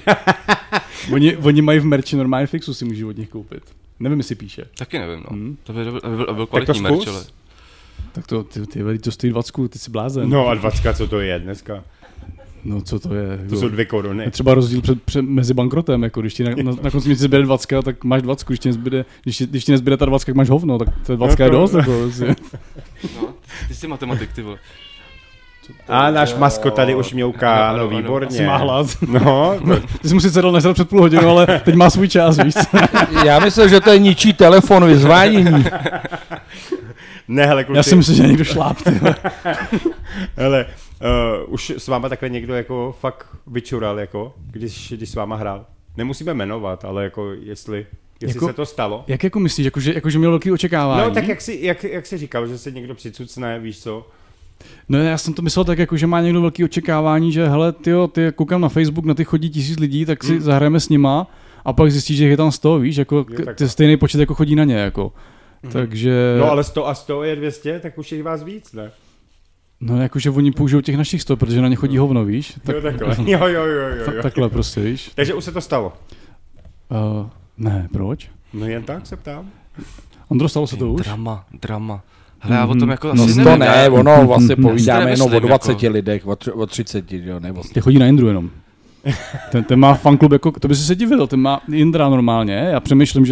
Oni mají v merči normálně fixu, si můžu od nich koupit. Nevím, jestli píše. Taky nevím, no. To byl kvalitní merch, ale... Tak to stojí 20, ty jsi blázen. No a 20, co to je dneska? No co to je? To jsou 2 koruny. Je třeba rozdíl mezi bankrotem, jako když ti na konci měsíce zbyde 20, tak máš 20, když ti nezbyde ta 20, tak máš hovno, tak to 20 je dost. Jako, no, ty jsi matematik, ty vole. A náš maskot tady už mňouká, no výborně. Asi má hlas. No. Ty jsi mu sice dal nesrat před půl hodinu, ale teď má svůj čas, víš co? Já myslím, že to je ničí telefon, vyzvánění. Ne, hele, kluci. Já si myslím, že někdo šláp, ty. Hele, už s váma takhle někdo jako fakt vyčural, jako, když s váma hrál. Nemusíme jmenovat, ale jako jestli jako, se to stalo. Jak jako myslíš, že měl velký očekávání? No tak jak jsi říkal, že se někdo přicucne, víš co? No já jsem to myslel tak, jako, že má někdo velký očekávání, že hele, ty koukám na Facebook, na ty chodí 1000 lidí, tak si zahrajeme s nima a pak zjistíš, že je tam 100, víš, jako ty stejný počet jako chodí na ně, jako. Takže... No ale 100 a 100 je 200, tak už je vás víc, ne? No jakože oni použijou těch našich 100, protože na ně chodí hovno, víš? Tak, jo, takhle. Jo. Takhle prostě, víš? Takže už se to stalo? Ne, proč? No jen tak se ptám. Ondro, stalo se to už? Drama. Hele, já o tom jako no asi nevím. Ne, ono vlastně povídáme jenom o 20 jako... lidech, o 30, jo, ne vlastně. Ty chodí na Indru jenom. Ten má fanklub, jako, to by si se divil, ten má Indra normálně, já přemýšlím, že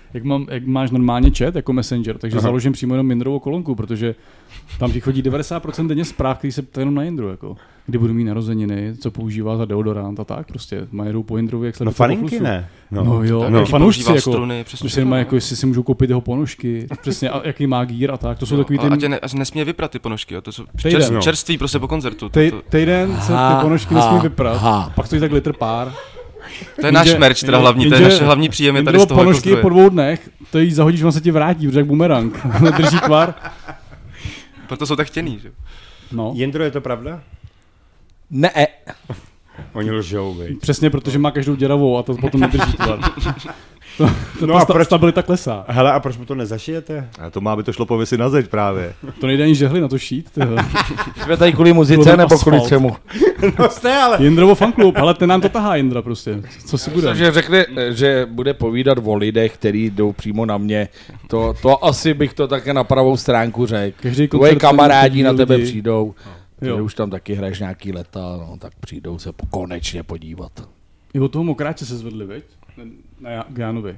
jak máš normálně chat jako Messenger, takže založím přímo jenom Jindrovou kolonku, protože tam ti chodí 90% denně zpráv, který se ptají jenom na Jindru, jako kdy budu mít narozeniny, co používá za deodorant a tak prostě. Mají po Jindrovi, jak se No faninky ne. No jo, no, fanoušci jako, struny, jako jestli si můžou koupit jeho ponožky, přesně, a jaký má gír a tak, to jsou takový ty... A nesmí vyprat ty ponožky, jo, to jsou Týden. čerství prostě po koncertu. Týden se ty ponožky nesmí vyprat, pak stojí tak litr pár. To je náš merch, teda hlavní, to je naše hlavní příjem je tady z toho. Ponožky po 2 dnech, to jí zahodíš, on se ti vrátí, protože jak bumerang, drží tvar. Proto jsou tak chtěný, že? No. Jindro, je to pravda? Ne. Oni lžou, viď. Přesně, protože má každou děravou a to potom nedrží tvar. No a proč stabilita klesá. Hele, a proč mu to nezašijete? A to má by to šlo pověsit na zeď právě. To nejde ani žehli na to šít. Jsme tady kvůli muzice nebo kvůli čemu? No jste, ale... Jindrovo fanklub, ale ten nám to tahá Jindra prostě. Co si bude? Že řekne, že bude povídat o lidech, kteří jdou přímo na mě. To asi bych to také na pravou stránku řekl. Tvoje kamarádi na tebe přijdou. Ty už tam taky hraješ nějaký leta, no, tak přijdou se konečně podívat. I od toho Mokráče se zvedli, viď? Na Jánovi.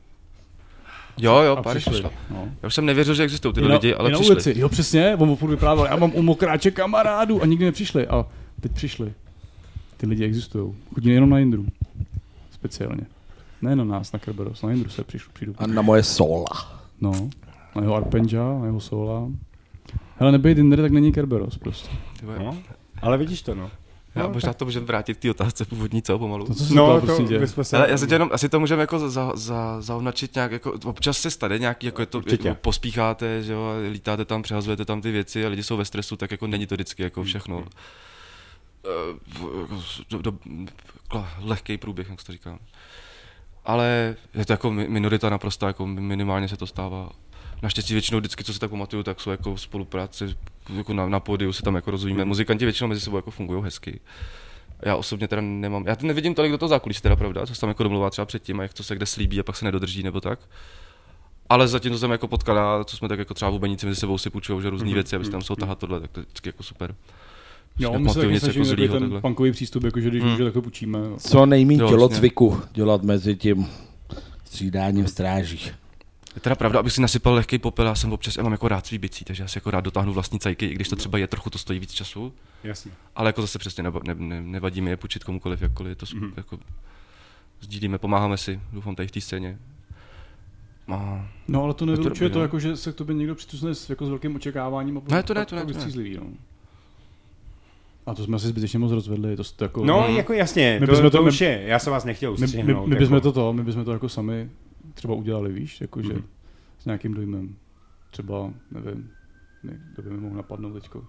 Jo, pár přišlo. No. Já už jsem nevěřil, že existují tyhle lidi, ale přišli. Ulici. Jo, přesně, on furt vyprávěl, já mám u Mokráče kamarádu a nikdy nepřišli. A teď přišli. Ty lidi existují. Chodí jenom na Jindru. Speciálně. Ne na nás, na Kerberos, na Jindru se přijdu. A na moje sola. No, na jeho Arpengea, na jeho sola. Hele, nebejt Jindry, tak není Kerberos prostě. No, ale vidíš to, no. Já možná to můžeme vrátit k té otázce původní, co pomalu. Ale já se jenom, asi to můžeme jako zaoznačit nějak, jako občas se stane nějaký, jako je to, jako pospícháte, že jo, lítáte tam, přehazujete tam ty věci a lidi jsou ve stresu, tak jako není to vždycky jako všechno lehký průběh, jak to říkám. Ale je to jako minorita naprosto, jako minimálně se to stává. Naštěstí většinou vždycky, co si tak pamatuju, tak jsou jako spolupráce, jako na pódiu se tam jako rozumíme. Muzikanti většinou mezi sebou jako fungují hezky. Já osobně teda nemám, já nevidím tolik do toho zákulisí, teda pravda, co se tam jako domluvá třeba předtím, a jak to se kde slíbí a pak se nedodrží nebo tak. Ale zatím to jsem jako potkal, co jsme tak jako třeba bubeníci mezi sebou si půjčujou, že různý věci, aby se tam jsou tahat tohle, tak to je vždycky jako super. Jo, my se taky snažíme ten punkový přístup, jakože když může, tak to půjčíme. Co nejméně tělocviku dělat mezi tím střídáním stráží. Je teda pravda, abych si nasypal lehký popel, já mám jako rád svý bicí, takže já si jako rád dotáhnu vlastní cajky, i když to třeba je trochu, to stojí víc času. Jasně. Ale jako zase přesně nevadí mi je půjčit komukoliv, jakkoliv, je to jako sdílíme, pomáháme si, doufám tady v té scéně. No ale to nevylučuje to, jako, že se k tobě někdo přituzne jako s velkým očekáváním a to ne. No. A to jsme asi zbytečně moc rozvedli, to jako... No, jako jasně, to už je, já jsem vás nechtěl ustřihnout. My bychom to jako sami třeba udělali, víš, jakože s nějakým dojmem. Třeba, nevím, kdo by mi mohl napadnout teďko.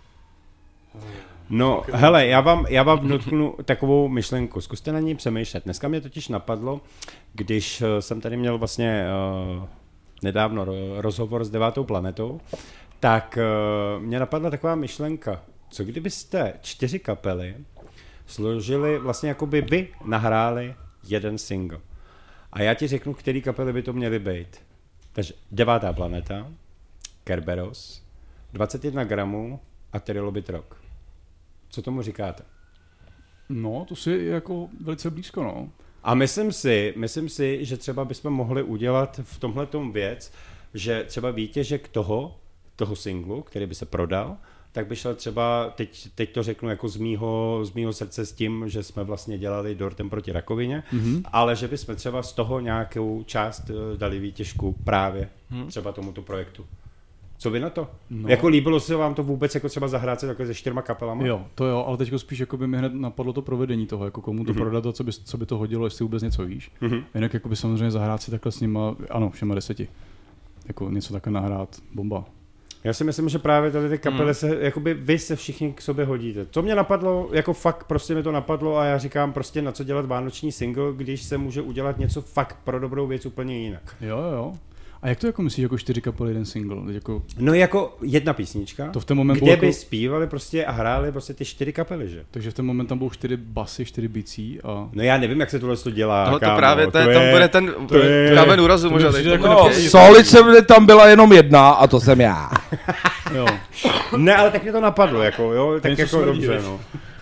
No, hele, já vám vnutknu takovou myšlenku, zkuste na ní přemýšlet. Dneska mě totiž napadlo, když jsem tady měl vlastně nedávno rozhovor s 9. planetou, tak mě napadla taková myšlenka, co kdybyste 4 kapely složili, vlastně jako by vy nahráli jeden single. A já ti řeknu, který kapely by to měly být. Takže 9. planeta, Kerberos, 21 gramů a Trilobit Rock. Co tomu říkáte? No, to si jako velice blízko, no. A myslím si, že třeba bychom mohli udělat v tomhletom věc, že třeba výtěžek toho singlu, který by se prodal, tak by šel třeba, teď to řeknu jako z mýho srdce s tím, že jsme vlastně dělali dortem proti rakovině, ale že bychom třeba z toho nějakou část dali výtěžku právě třeba tomuto projektu. Co vy na to? No. Jako líbilo se vám to vůbec jako třeba zahrát se takhle se 4 kapelama? Jo, to jo, ale teďko spíš jako by mi hned napadlo to provedení toho, jako komu to prodat a co by to hodilo, jestli vůbec něco víš. Jinak jako by samozřejmě zahrát si takhle s nima, ano, všema 10. Jako něco takhle nahrát, bomba. Já si myslím, že právě tady ty kapely se, jakoby vy se všichni k sobě hodíte. Co mě napadlo, jako fakt prostě mi to napadlo a já říkám prostě na co dělat vánoční single, když se může udělat něco fakt pro dobrou věc úplně jinak. Jo. A jak to jako myslíš, jako 4 kapely, jeden single? Jako... No jako jedna písnička, to v ten moment kde jako... by zpívali prostě a hráli prostě ty 4 kapely, že? Takže v ten moment tam budou 4 basy, 4 bicí a... No já nevím, jak se tohle dělá, no to právě, tam bude ten kámen úrazu možná. Solice tam byla jenom jedna a to jsem já. Jo. Ne, ale tak mě to napadlo, jako jo, tak jako dobře, no.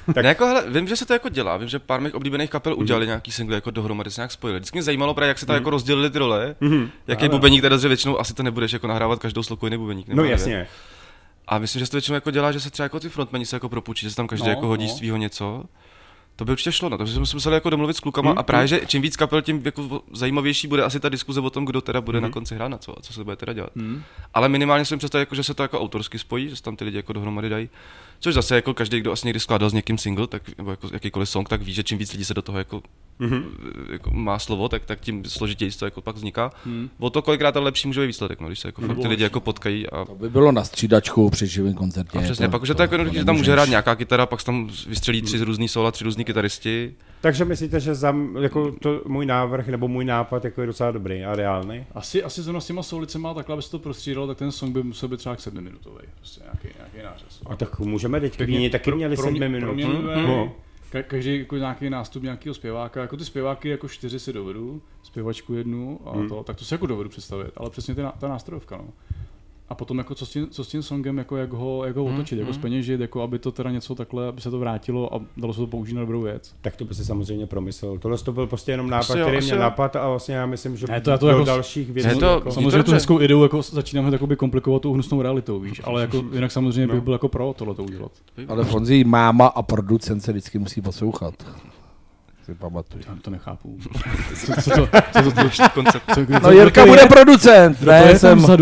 Ne, jako, hele, vím, že se to jako dělá, vím, že pár mých oblíbených kapel udělali nějaký single jako dohromady, se nějak spojili. Vždycky mě zajímalo právě, jak se tam jako rozdělili ty role, jaký bubeník teda, že většinou asi to nebudeš jako nahrávat každou sloku jiný bubeník. No jasně. A myslím, že se to většinou jako dělá, že se třeba jako ty frontmeni se jako propůjčí, že se tam každý jako hodí svýho něco. To by určitě šlo, no, takže jsme se museli jako domluvit s klukama a právě, že čím víc kapel, tím jako zajímavější bude asi ta diskuze o tom, kdo teda bude na konci hrát na co a co se bude teda dělat. Ale minimálně jsem představil, jako, že se to jako autorsky spojí, že se tam ty lidi jako dohromady dají. Což zase jako každý, kdo asi někdy skládal s někým single, tak nebo jako jakýkoliv song, tak ví, že čím víc lidí se do toho jako má slovo, tak tím složitěji to jako pak vzniká. O to kolikrát ale lepší může být výsledek, no, když se jako fakt ty lidi jako potkají a to by bylo na střídačku při živém koncertě. A přesně, pak už je to jako jednoduché, že tam může hrát nějaká kytara, pak tam vystřelí 3 různý sola, 3 různý kytaristi. Takže myslíte, že jako to můj návrh nebo můj nápad jako je docela dobrý a reálný? Asi zrovna s těma soulicema, takhle aby se to prostřídalo, tak ten song by musel být třeba 7minutový, prostě nějaký nářez. A tak můžeme teď, oni taky měli 7 minut. Každý jako nějaký nástup nějakého zpěváka, jako ty zpěváky jako 4 si dovedu, zpěvačku jednu a to, tak to si jako dovedu představit, ale přesně ta nástrojovka, no. A potom jako co s tím songem, jako jak ho otočit, jako zpeněžit, jako aby to teda něco takhle, aby se to vrátilo a dalo se to použít na dobrou věc. Tak to by se samozřejmě promyslel. Tohle to byl prostě jenom nápad, který měl nápad a vlastně já myslím, že to do jako dalších věcí. Samozřejmě tu hezkou ideu jako začínáme takoby komplikovat tu hnusnou realitou, víš, ale jako jinak samozřejmě bych byl jako pro tohleto udělat. Ale Fonzi, máma a producent se vždycky musí poslouchat. Si pamatuju. To nechápu. Co to koncept? No Jirka bude producent, ne?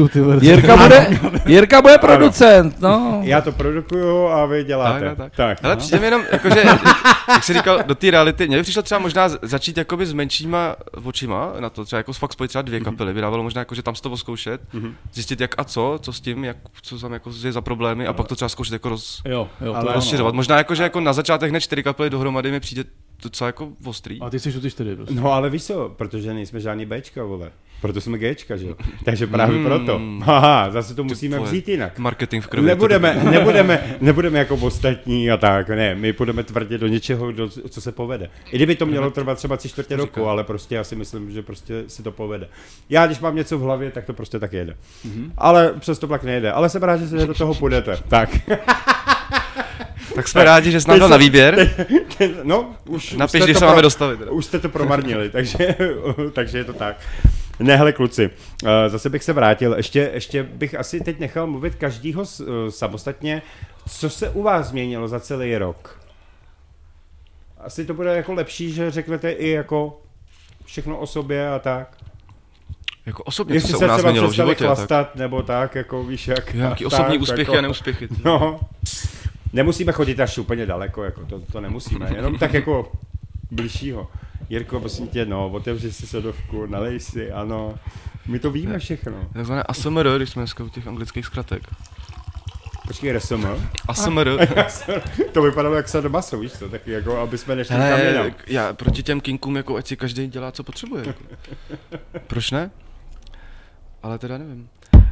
Jirka bude producent, no. Já to produkuju a vy děláte. Tak. Ale přijde mi jenom, jakože, jak jsi říkal, do té reality, mě by přišlo třeba možná začít jakoby s menšíma očima na to, třeba jako fakt spojit třeba 2 kapely, by dávalo možná jako, že tam z toho zkoušet, zjistit jak a co s tím, co tam jako je za problémy a pak to třeba zkoušet jako rozšiřovat. Možná jako, že jako na začátek hned 4 kapely dohromady mi přijde docela jako ostrý. A ty jsi ty 4 prostě. No ale víš co, protože nejsme žádný Bčka, vole. Proto jsme Gčka, že jo. Takže právě proto. Haha, zase to musíme vzít jinak. Marketing v krvi. Nebudeme jako ostatní a tak, ne. My půjdeme tvrdě do něčeho, co se povede. I kdyby to mělo trvat třeba 3/4 roku, ale prostě já si myslím, že prostě si to povede. Já když mám něco v hlavě, tak to prostě tak jede. Ale přesto vlak nejede. Ale jsem rád, že se do toho půjdete. Tak. Tak jsme rádi, že jsi nám dal na výběr. No, už napiš, když se máme dostavit. Teda. Už jste to promarnili, takže je to tak. Ne, hele kluci, zase bych se vrátil, ještě bych asi teď nechal mluvit každýho samostatně, co se u vás změnilo za celý rok. Asi to bude jako lepší, že řeknete i jako všechno o sobě a tak. Jako osobně, co se u nás změnilo v životě. Chlastat, tak. Nebo tak, jako víš jak. Nějaký osobní úspěchy jako, a neúspěchy. No, nemusíme chodit až úplně daleko, jako to nemusíme, jenom tak jako bližšího. Jirko, prosím tě, otevři si sodovku, nalej si, ano. My to víme všechno. Takzvané ASMR, když jsme dneska u těch anglických zkratek. Počkej, RSM? ASMR. To vypadalo jak sadomaso, víš co, taky jako, aby jsme nešli kam jinam. Já proti těm kinkům, jako ať si každý dělá, co potřebuje. Jako. Proč ne? Ale teda nevím.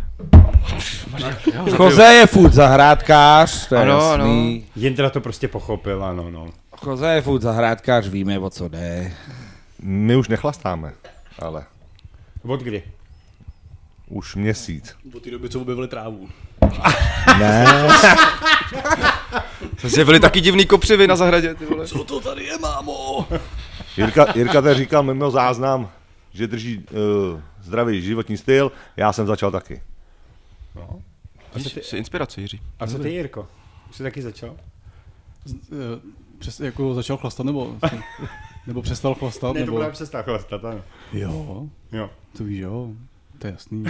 Jose je furt zahrádkář, to je jasný. Jindra to prostě pochopil, ano. Jose je furt zahrádkář, víme, o co jde. My už nechlastáme, ale. Od kdy? Už měsíc. Od té doby, co objevili trávu. Ne. Zjevili taky divný kopřivy na zahradě, ty vole. Co to tady je, mámo? Jirka tady říkal mimo záznam, že drží zdravý životní styl, já jsem začal taky. No. Jsi inspirace, Jiří. A co ty, Jirko? Už jsi taky začal? Jako začal chlastat, nebo přestal chlastat? Ne, to bude přestal chlastat, ano. Jo. To víš, jo. To je jasný.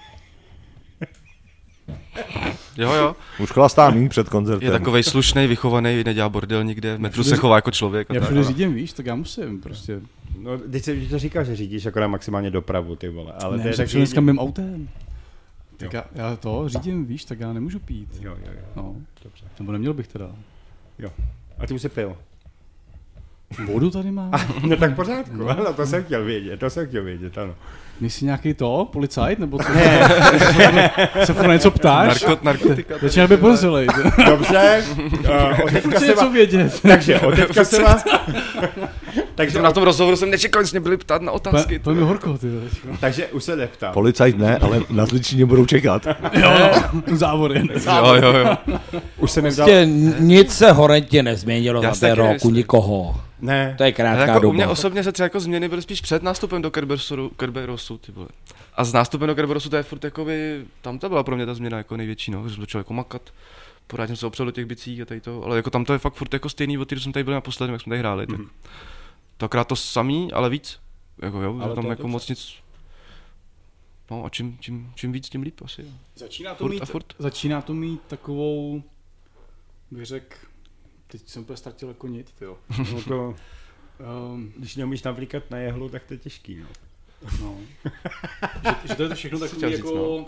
Jo. Už chlastá míň před Je koncertem. takovej slušnej, vychovaný, nedělá bordel nikde, v metru se chová jako člověk. Já všude řídím, víš, tak já musím prostě. No, teď se to říká, že řídíš akorát maximálně dopravu, ty vole. Ale ne, jsem dneska mým autem. Tak já to řídím, víš, tak já nemůžu pít. Jo. No, dobře. Nebo neměl bych teda. Jo. A ty už jsi pil. Vodu tady mám. No tak pořádku, ale to jsem chtěl vědět, ano. Jsi nějaký policajt, nebo co? Ne. Se furt něco ptáš? Narkotika. Začíná by podezřelej. Dobře. Chci něco vědět. Takže, od teďka se vás... Takže na tom rozhovoru jsem nečekal, že mě byli ptát na otázky. To je mi horko, ty. Takže už se neptám. Policajt ne, ale na Zličině budou čekat. Jo, závody. Jo. Už se nevzal... Prostě nic se horentně nezměnilo za ten roku, nikoho. Ne. To je krátká jako doba. U mě osobně se třeba jako změny byly spíš před nástupem do Kerberosu, ty vole. A s nástupem do Kerberosu to je furt jakoby, tam to byla pro mě ta změna jako největší, no, že jsem začal jako makat. Pořád jsem se opřel do těch bicí a tady to, ale jako tam to je fakt furt jako stejný, od když jsme tady byli naposledy, jak jsme tady hráli, tak to akorát to samý, ale víc, jako jo, ale tam jako moc nic, no a čím víc, tím líp asi. Začíná to mít takovou, bych řekl, teď jsem úplně ztratil jako nit, tyjo. No to, když neumíš navlíkat na jehlu, tak to je těžký, no. No. že to je to všechno takový jako...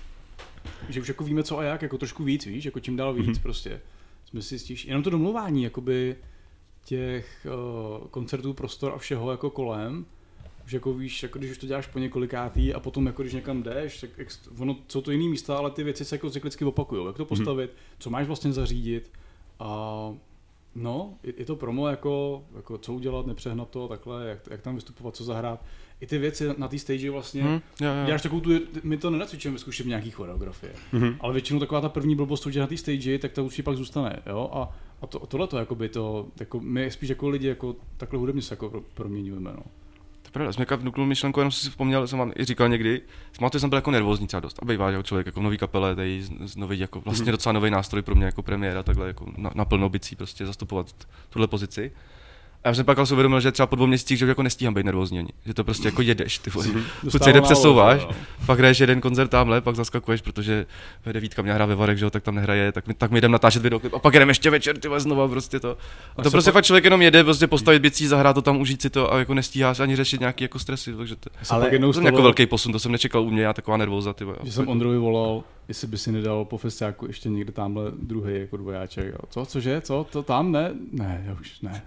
Že už jako víme co a jak, jako trošku víc, víš, jako čím dál víc prostě. Jsme si stíž, jenom to domluvání, jakoby těch koncertů, prostor a všeho jako kolem, už jako víš, jako když už to děláš po několikátý a potom jako když někam jdeš, tak ono, jsou to jiný místa, ale ty věci se jako cyklicky opakujou, jak to postavit, co máš vlastně zařídit a no, je to promo jako co udělat, nepřehnat to, takhle, jak tam vystupovat, co zahrát. I ty věci na té stage vlastně, děláš takovou tu, my to nenacvičujeme ve zkušebně nějaký choreografie, ale většinou taková ta první blbost, co na té stage, tak to určitě pak zůstane, jo, a tohleto, jakoby to, jako my spíš jako lidi, jako takhle hudebně se jako proměňujeme, no. To je pravda, jsem jako vnuknul myšlenku, jenom si vzpomněl, jsem vám i říkal někdy, jsem byl jako nervózní třeba dost, a bývá člověk jako v nový kapele, tady nový, jako vlastně docela nový nástroj pro mě jako premiéra, takhle jako na plnou bicí prostě zastupovat tuhle pozici. A já jsem pak si uvědomil, že třeba po 2 měsících, že jako nestíhám být nervózní ani. Že to prostě jako jedeš, ty vole. Furt se jde přesouváš, pak hraješ jeden koncert tamhle, pak zaskakuješ, protože vede Vítka mě hraje ve Varech, že jo, tak tam nehraje, tak my jdeme natáčet videoklip a pak jdeme ještě večer, ty vole, znova prostě to. A to prostě fakt člověk jenom jede, prostě postavit bicí, zahrát to tam, užít si to a jako nestíháš ani řešit nějaký jako stresy, takže to. Ale to je jako velký posun, to jsem nečekal u mě, já taková nervóza, ty vole. Že jsem Ondrovi volal, jestli by si nedal po festiáku ještě někde tamhle druhý jako dvojáček. Cože? Co? To tam? Ne, já už ne.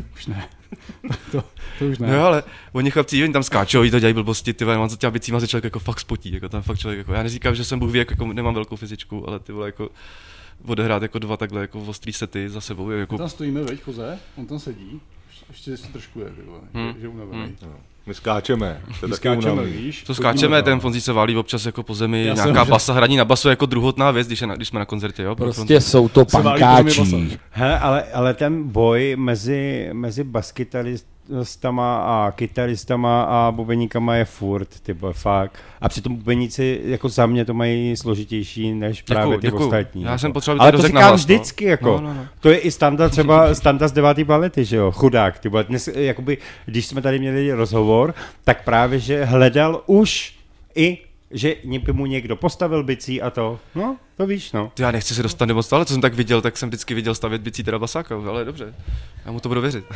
To už ne. No ale oni chlapci, oni tam skáčou, oni to dělají blbosti, ty vole, mám za těma bicíma se člověk jako fakt spotí, jako tam fakt člověk jako, já neříkám, že jsem Bůh ví, jako nemám velkou fyzičku, ale ty vole jako odehrát jako 2 takhle jako ostrý sety za sebou, jako. My tam stojíme, veď, Koze, on tam sedí, ještě trošku je, ty vole, že unavený. My skáčeme, víš. To skáčeme, ten Fonzí se válí občas jako po zemi, nějaká basa, hraní na basu jako druhotná věc, když jsme na koncertě, jo. Prostě jsou to pankáči. Hele, ale ten boj mezi baskytaristama a kytaristama a bubeníkama je furt, ty vole, fakt. A přitom bubeníci jako za mě to mají složitější než právě ty ostatní. Já jsem potřeboval, ale to říkám vždycky, jako. No. To je i Standa třeba, Standa z 9. balety, že jo, chudák, ty vole. Dnes, jakoby, když jsme tady měli rozhovor, tak právě, že hledal už i že by mu někdo postavil bicí a to, no, to víš, no. Já nechci se dostat moc, ale co jsem tak viděl, tak jsem vždycky viděl stavět bicí teda basáka, ale dobře, já mu to budu věřit.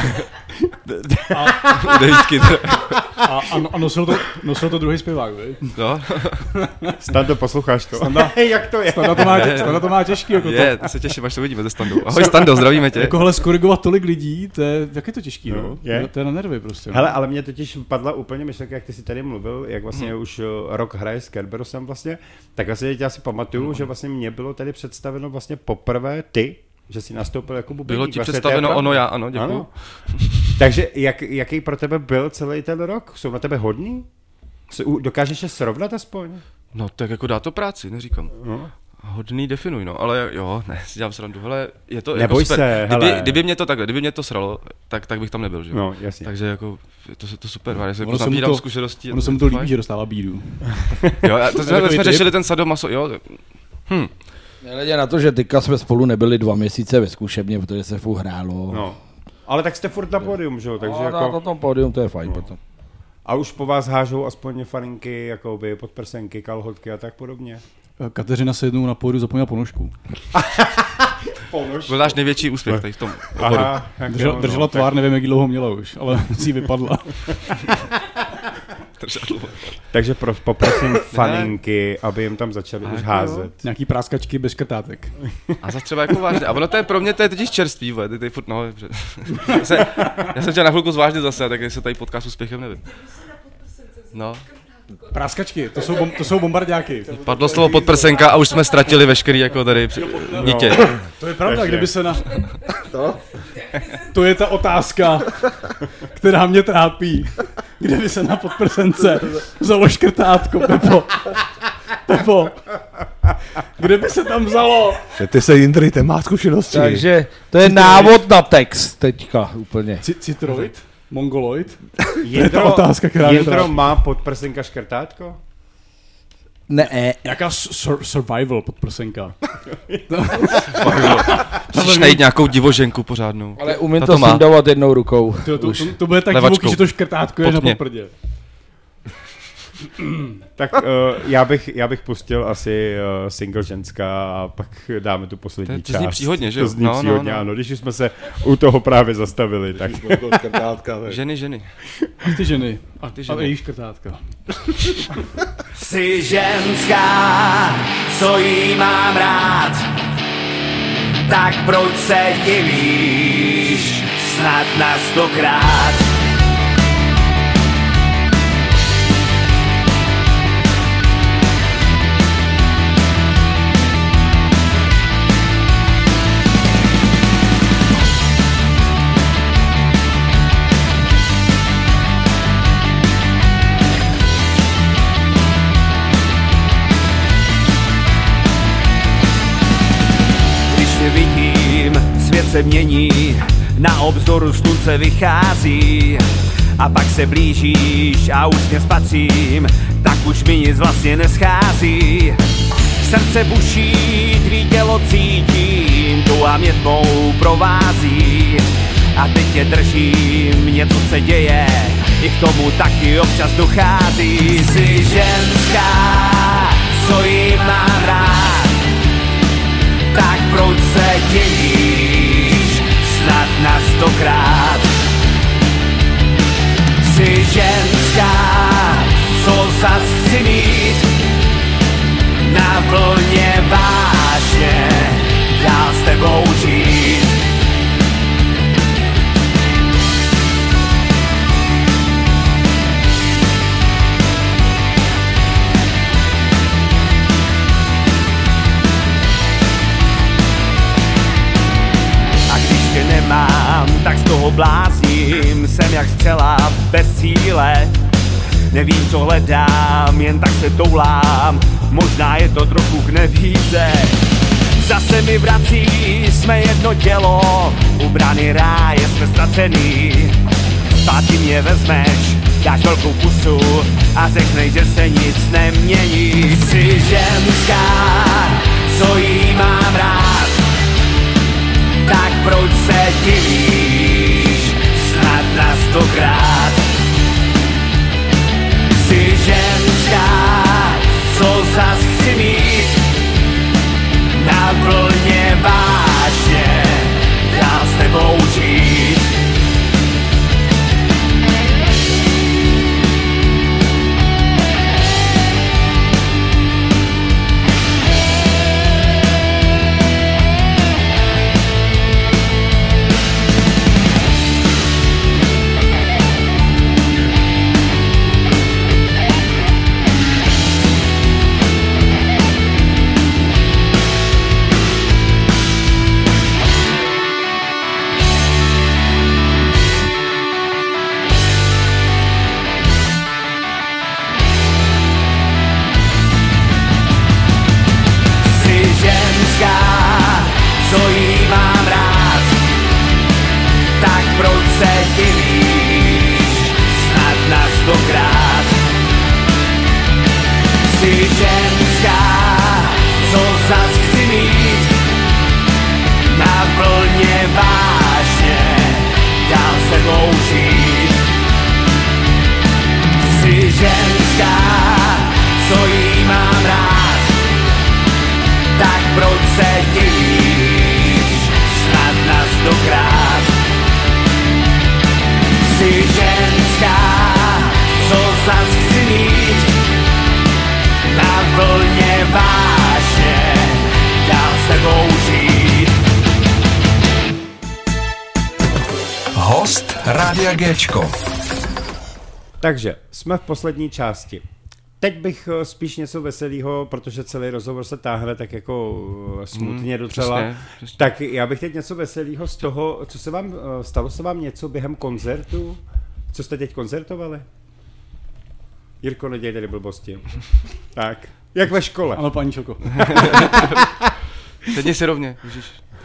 A nosil to druhý zpěvák, víš? No. Stando, posloucháš to? Jak to je? Standa to má těžký, jako to. To se těším, až to vidíme ze Standou. Ahoj Stando, zdravíme tě. Jako hele, skorigovat tolik lidí, jak je to těžký, no? To je na nervy prostě. Hele, ale mě totiž padla úplně myšlenka, jak ty si tady mluvil, jak vlastně už rok hraje s Kerberosem vlastně, tak vlastně já si pamatuju, že vlastně mě bylo tady představeno vlastně poprvé ty, že jsi nastoupil jako bubeník. Bylo ti představeno ono, já, ano, děkuju. Ano. Takže jaký pro tebe byl celý ten rok? Jsou na tebe hodný? Dokážeš je srovnat aspoň? No tak jako dá to práci, neříkám. No. Hodný definuj, no, ale jo, ne, si dělám srandu, hele, je to neboj jako super. Se, kdyby mě to sralo, tak bych tam nebyl, že jo. No, jasně. Takže jako, to super, já se jako nabírám zkušeností. Ono se mu to líbí, že dostává bídu. Jo, to jsme řešili ten sadomaso, jo. Nehledě na to, že teďka jsme spolu nebyli 2 měsíce ve zkušebně, protože se furt hrálo. No, ale tak jste furt na pódium, že jo, takže jako... na tom pódium to je fajn potom. A už po vás hážou aspoň farinky, jakoby podprsenky, kalhotky a tak podobně. Kateřina se jednou na pódiu zapomněla ponožku. Byl náš největší úspěch tady v tom oboru. Držela tvár, nevím, jak dlouho měla už, ale si vypadla. Takže poprosím faninky, aby jim tam začali už házet. Nějaký práskačky bez škrtátek. A zase třeba jako vážně. A ono to je pro mě, to je totiž čerství, ty furt, no, já jsem chtěl na chvilku zvážně zase, tak se tady potká s úspěchem, nevím. No. Práskačky, to jsou bombardáky. Padlo slovo podprsenka a už jsme ztratili veškerý jako tady dítě. To je pravda, kdyby se na... To je ta otázka, která mě trápí. Kdyby se na podprsence vzalo škrtátko, Pepo. Kde by se tam vzalo? Ty se Jindry, ten má zkušenosti. Takže to je návod na text teďka úplně. Citroid? Mongoloid? To je ta otázka, která Jindro má podprsenka škrtátko? Ne. Jaká survival podprsenka? Musíš najít nějakou divoženku pořádnou. Ale umím to sundovat jednou rukou. To bude tak divoký, že to škrtátko je na poprdě. Tak já bych pustil asi single ženská a pak dáme tu poslední část. To zní příhodně, že jo? To zní příhodně, ano. Když už jsme se u toho právě zastavili, tak... Ženy. A ty ženy. A jejich škrtátka. Jsi ženská, co jí mám rád, tak proč se divíš snad na 100krát? Svět se mění, na obzoru slunce vychází a pak se blížíš a úsměv spatřím, tak už mi nic vlastně neschází. Srdce buší, tvý tělo cítím, touha mě tmou provází a teď tě držím, něco se děje, i k tomu taky občas dochází. Jsi ženská, co jí mám rád, tak proč se divíš snad na 100krát? Jsi ženská, co zas chci mít na vlně vážně dál s tebou žít. Nemám, tak z toho blázním, jsem jak střela bez cíle. Nevím, co hledám, jen tak se toulám, možná je to trochu k nevíze. Zase mi vrací, jsme jedno tělo, u brány ráje jsme ztracený. Zpátky mě vezmeš, dáš velkou pusu a řeknej, že se nic nemění. Jsi ženská, co jí mám rád, tak proč se divíš snad na 100krát? Jsi ženská, co zas chci mít na vlně vážně dál s tebou žít. Co jí mám rád, tak proč se divíš snad na 100krát? Jsi ženská, co zas chci mít na vlně vážně dál s tebou žít. Jsi ženská, co jí mám rád, tak proč se divíš snad na 100krát? Jsi ženská, co zas chci mít na vlně vážně dál s tebou žít. Host Rádia Géčko. Takže jsme v poslední části. teď bych spíš něco veselého, protože celý rozhovor se táhne tak jako smutně docela. Přesně. Tak já bych teď něco veselého z toho, co se vám, stalo se vám něco během koncertu? Co jste teď koncertovali? Jirko, neděj tady blbosti. Tak, jak ve škole. Ano, paní Čoko. Sedni si rovně, ježiš.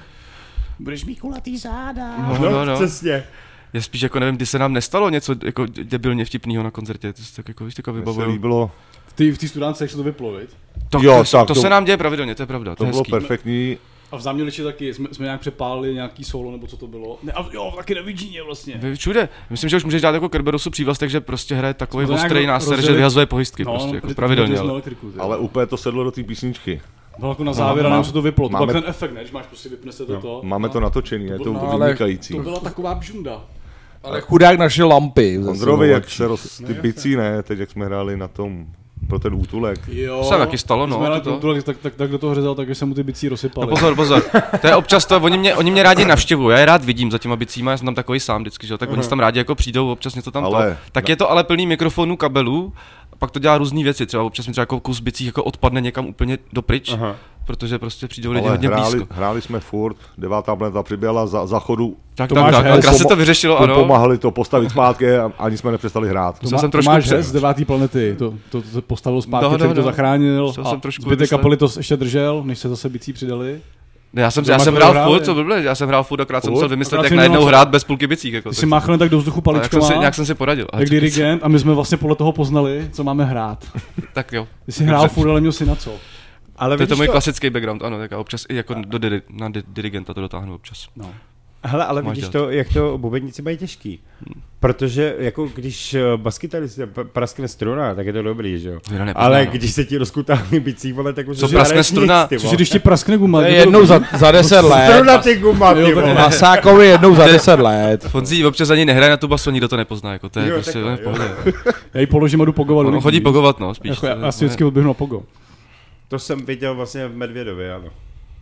Budeš mít kulatý záda. No, přesně. Je spíš jako nevím, kdy se nám nestalo něco jako debilně vtipného na koncertě, to se tak jako víš, taková vybavuju. Bylo. V té studánce, jak se to vyplo, viď? To se nám děje pravidelně, to je pravda. To bylo perfektní. A v Záměliči taky, jsme nějak přepálili nějaký solo, nebo co to bylo. Ne, a jo, taky na Vidžíně vlastně. Všude. Myslím, že už můžeš dát jako Kerberosu přívlastek, že prostě hraje takový ostrý náster, že vyhazuje pohystky, prostě jako pravidelně. Ale úplně to sedlo do té písničky. Bylo jako na závěr a nám se to vyplo. To byl ten efekt, ne? Že máš prostě vypnese to. Máme to natočený, je to vynikající. To byla taková bžunda. Ale chudák naše lampy. Ondrovi, jak se ty bicí, ne? Teď jak jsme hráli na tom pro ten útulek. Jo, to se taky stalo, no. Útulek, tak do toho řezal, takže se mu ty bicí rozsypaly. No pozor. To je občas to, oni mě rádi navštěvují, já je rád vidím za těma bicíma, já jsem tam takový sám vždycky, že? Tak oni tam rádi jako přijdou, občas něco tam to. Tak je to ale plný mikrofonů, kabelů, a pak to dělá různý věci, třeba občas mi třeba jako kus bicí jako odpadne někam úplně dopryč. Protože prostě přijdou lidi hodně blízko. Hráli jsme furt, 9. planeta přiběhla za chodu. Tak, krásně to vyřešilo, ano. Pomáhali to postavit zpátky a ani jsme nepřestali hrát. Tomáš Hez z 9. planety, to postavil zpátky, který to zachránil a zbytek kapely to ještě držel, než se zase bicí přidali. Já jsem hrál furt, co blbě, já jsem hrál furt, akorát jsem musel vymyslet, jak najednou hrát bez půlky bicích. Jako, ty si máchl tak do vzduchu paličkama, nějak jsem si poradil. Jak dirigent a my jsme vlastně podle toho poznali, co máme hrát. Tak jo. Ty jsi hrál furt, ale měl si na co. Ale to je to můj klasický background, ano, tak občas i jako na dirigenta to dotáhnu občas. No. Hele, ale vidíš to, jak to bubedníci mají těžký. Protože jako když baskytarista praskne struna, tak je to dobrý, že jo? Ale když se ti rozkutáhne bicí, vole, tak už co praskne struna? Což když ti praskne guma? Jednou za 10 let. Struna ty guma, ty vole. Masákovi jednou za 10 let. Fonzí občas ani nehraje na tu basu, nikdo to nepozná, jako to je prostě v pohodě. Já ji položím a jdu pogovat. On chodí pogovat, no, spíš. Já si vždycky odběhnu na pogo. To jsem viděl vlastně v Medvědově, ano.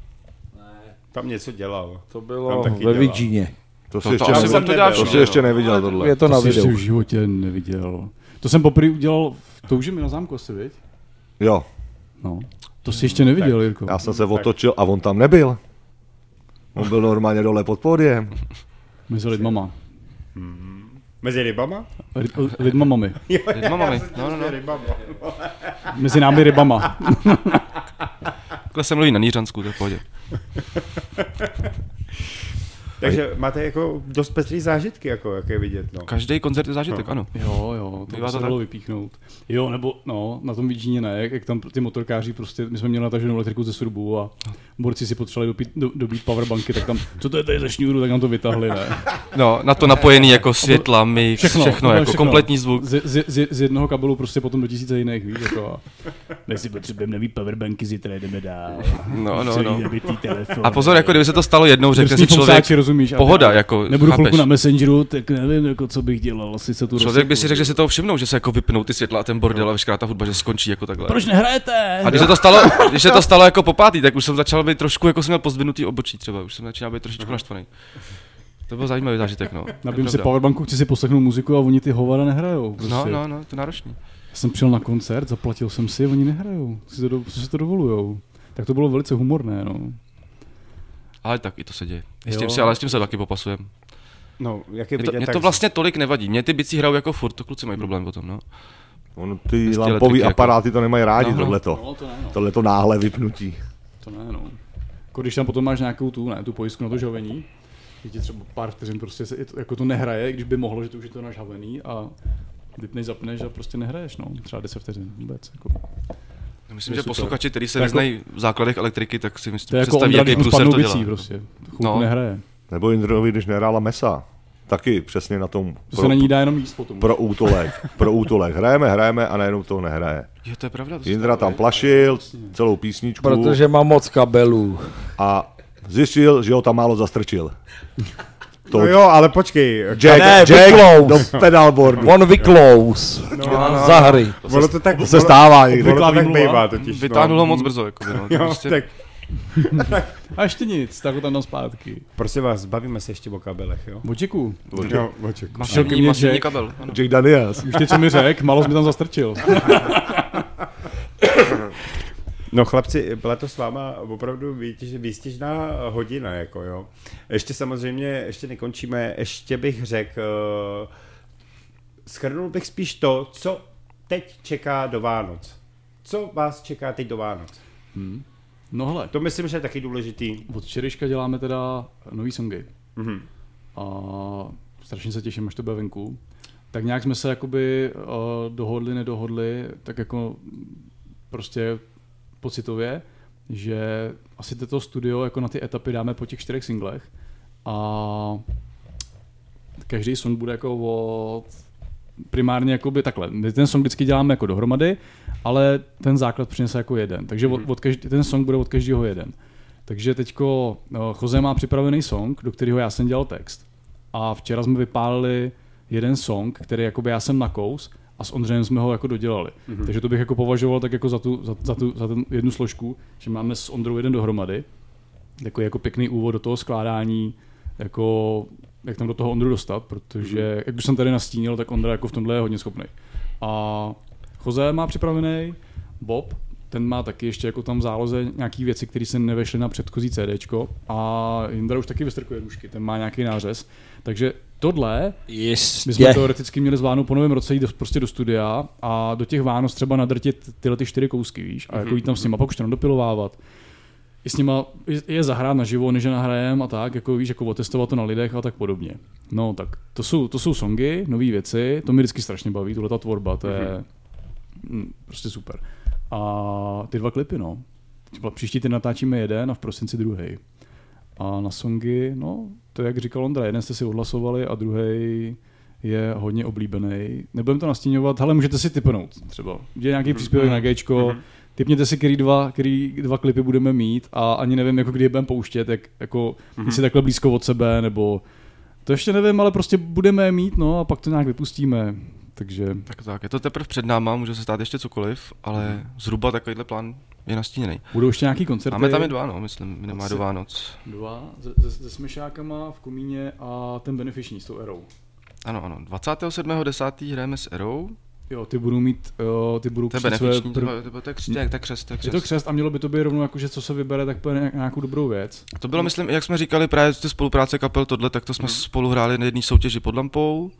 Tam něco dělal. To bylo ve Vidžíně. To si ještě neviděl tohle. Je to na videu. To si v životě neviděl. To jsem poprvé udělal v Toužimi na zámku asi, viď? Jo. No. To si ještě neviděl, Jirko. Já jsem se otočil a on tam nebyl. On byl normálně dole pod pódiem. Mezi lidmama. Mezi rybama? Lidmamami. Lidmamami, no. Mezi námi rybama. Takhle se mluví na Nířansku, to je v pohodě. Takže máte jako dost pestrý zážitky, jako, jak je vidět, no. Každý koncert je zážitek, ano. Jo, to by se dalo vypíchnout. Jo, nebo no, na tom Vidžíně ne, jak tam ty motorkáři prostě, my jsme měli nataženou elektriku ze Surbu a borci si potřebovali dobít powerbanky, tak tam, co to je tady za šňůru, tak nám to vytahli, ne? No, na to napojený jako světla, mix, všechno jako kompletní zvuk. Z jednoho kabelu prostě potom do 1000 jiných, víš, jako. My si potřebujeme nový powerbanky, zítra jdeme dál. No. A pozor, jako kdyby se to stalo jednou, řekne si člověk, rozumíš, pohoda, jako nebudu chvilku na Messengeru, tak nevím, jako, co bych dělal, asi se tu člověk by si řekl, že si toho všimnou, že se jako vypnou ty světla a ten bordel a veškerá ta hudba, že skončí jako takhle. Proč nehrajete? A když se to stalo jako po pátý, tak už jsem začal být trošku, jako jsem měl pozdvinutý obočí třeba, už jsem začínal být trošičku naštvaný. To byl zajímavý zážitek, no. Nabím si powerbanku, chci si poslechnout muziku a oni ty hovada nehrajou. Prostě. No, to je náročný. Já jsem přijel na koncert, zaplatil jsem si, oni nehrajou. Co si to dovolujou? Tak to bylo velice humorné, no. Ale tak i to se děje. S tím se taky popasujeme. No, jak je vidět, mě to vlastně tolik nevadí. Mě ty bicí hrajou jako furt, to kluci mají problém potom, no. Ty lampový aparáty to nemají rádi, tohleto. No, to ne, no. Tohleto náhle vypnutí. To ne, no. Jako když tam potom máš nějakou tu pojistku na to žavení, že ti třeba pár vteřin prostě jako to nehraje, když by mohlo, že to už je to nažhavený a vypneš, zapneš a prostě nehraješ, no. Třeba 10 vteřin vůbec, jako. Myslím, že posluchači, kteří se vyznají v základech elektriky, tak si myslím, že představí, jaký průser to dělá. Prostě. Nehraje. Nebo Jindrovi, když nehrála Mesa. Taky přesně na tom. To se na ní dá jenom jíst potom. Pro útolek. Hrajeme a najednou to nehraje. Jo, to je pravda. Jindra tam plašil celou písničku. Protože má moc kabelů. A zjistil, že ho tam málo zastrčil. No jo, ale počkej. Jack do pedalboardu. On vyclose. Za hry. To se stává někdy. To tak bývá totiž. Vytáhnul ho moc brzo. Jako, no. Jo, prostě... tak. A ještě nic, tak ho tam dám zpátky. Prosím vás, bavíme se ještě o kabelech, jo? O Jacku. Masivní kabel. Jack Daniels. Už ty, co mi řek, malo jsi mi tam zastrčil. No chlapci, byla to s váma opravdu výstěžná hodina, jako jo. Ještě samozřejmě, ještě nekončíme, ještě bych řekl, shrnul bych spíš to, co teď čeká do Vánoc. Co vás čeká teď do Vánoc? No hele. To myslím, že je taky důležitý. Od včerejška děláme teda nový songy. A strašně se těším, až to bude venku. Tak nějak jsme se jakoby nedohodli, tak jako prostě pocitově, že asi toto studio jako na ty etapy dáme po těch 4 singlech a každý song bude jako od primárně jakoby takhle. My ten song vždycky děláme jako dohromady, ale ten základ přinese jako jeden. Takže ten song bude od každého jeden. Takže teďko Jose má připravený song, do kterého já jsem dělal text. A včera jsme vypálili jeden song, který jakoby já jsem nakous a s Ondřejem jsme ho jako dodělali. Takže to bych jako považoval tak jako za tu jednu složku, že máme s Ondrou jeden dohromady. Takový jako pěkný úvod do toho skládání, jako jak tam do toho Ondru dostat, protože jak už jsem tady nastínil, tak Ondra jako v tomhle je hodně schopný. A Jose má připravený, Bob, ten má taky ještě jako tam v záloze nějaký věci, které se nevešly na předchozí CDčko a Jindra už taky vystrkuje nůžky, ten má nějaký nářez. Takže tohle bychom teoreticky měli zvládnout po novém roce jít prostě do studia a do těch Vánoc třeba nadrtit tyhle ty 4 kousky, víš, a jako jít tam s nima, pak už to nadopilovávat. I s nima je zahrát naživo, než je nahrajem a tak, jako víš, jako otestovat to na lidech a tak podobně. No tak to jsou songy, nové věci, to mi vždycky strašně baví, tohle ta tvorba, to je prostě super. A ty 2 klipy, no. Příští ty natáčíme jeden a v prosinci druhý. A na songy, no, to jak říkal Ondra, jeden jste si odhlasovali a druhý je hodně oblíbený. Nebudem to nastíňovat, ale můžete si tipnout třeba. Je nějaký příspěvek na Gčko, tipněte si, který dva klipy budeme mít a ani nevím, jako kdy je budeme pouštět, jako jestli takhle blízko od sebe, nebo to ještě nevím, ale prostě budeme je mít, no a pak to nějak vypustíme. Takže... Tak, je to teprve před náma, může se stát ještě cokoliv, ale zhruba takovýhle plán je nastíněný. Budou ještě nějaký koncerty? Máme tam i 2, no, myslím, minimálně do Vánoc. 2, se Smešákama v Komíně a ten benefiční s tou Erou. Ano, 27.10. hrajeme s Erou. Jo, ty budou to je benefiční, to je křest. Je to křest a mělo by to být rovnou, jakože co se vybere, tak bude nějakou dobrou věc. To bylo, myslím, jak jsme říkali, právě ty spolupráce kapel tohle, tak to jsme spolu hráli na jedné soutěži pod lampou.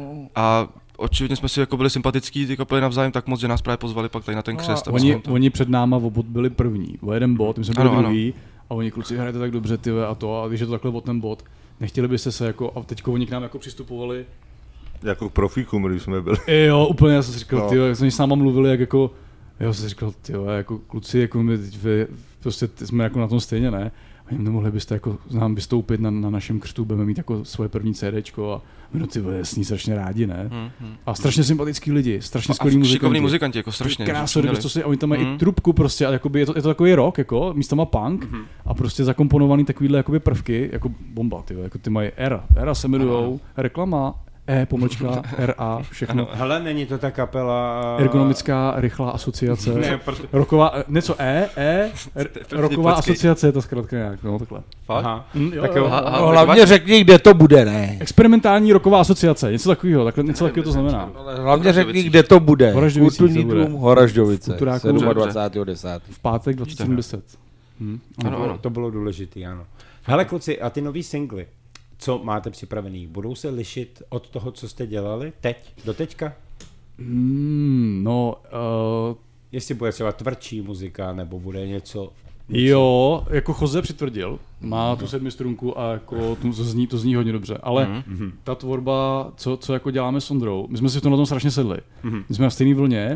A očividně jsme si jako byli sympatický ty kapely navzájem tak moc, že nás právě pozvali pak tady na ten křest. Oni před náma v bod byli první, o jeden bod, my jsme byli druhý a oni kluci hrajete tak dobře a když je to takhle o ten bod, nechtěli byste se jako, a teďko oni k nám jako přistupovali jako k profíkům, když jsme byli. Jo, úplně, já jsem si říkal, jak jsme s náma mluvili, jak jako, já jsem si říkal, jako kluci, jako my prostě jsme jako na tom stejně, ne? A nemohli byste jako nám vystoupit na našem křtu, budeme mít jako svoje první CDčko a my ty jasný, strašně rádi, ne? A strašně sympatický lidi, strašně skvělý muzikanti. Šikovný muzikanti, jako strašně. Krásně, a oni tam mají i trubku prostě, a jakoby je to takový rock, jako místama punk a prostě zakomponovaný takovýhle jakoby prvky, jako bomba, jako ty mají Era se jmenujou, reklama, pomlčka, RA, všechno. Hele, není to ta kapela... Ergonomická rychlá asociace. Ne, roková, něco roková asociace je to zkrátka nějak, no takhle. Aha. Hlavně řekni, kde to bude, ne? Experimentální roková asociace, něco takového, něco takového to znamená. Hlavně řekni, kde to bude. Kulturní dům Horažďovice, 27.10. V pátek 27.10. Ano, to bylo důležitý, ano. Hele kluci, a ty nový singly, co máte připravený? Budou se lišit od toho, co jste dělali do teďka? Jestli bude třeba tvrdší muzika, nebo bude něco... Jo, jako Jose přitvrdil, má tu 7strunku a jako to zní hodně dobře, ale ta tvorba, co jako děláme s Ondrou, my jsme si v tom na tom strašně sedli. My jsme na stejné vlně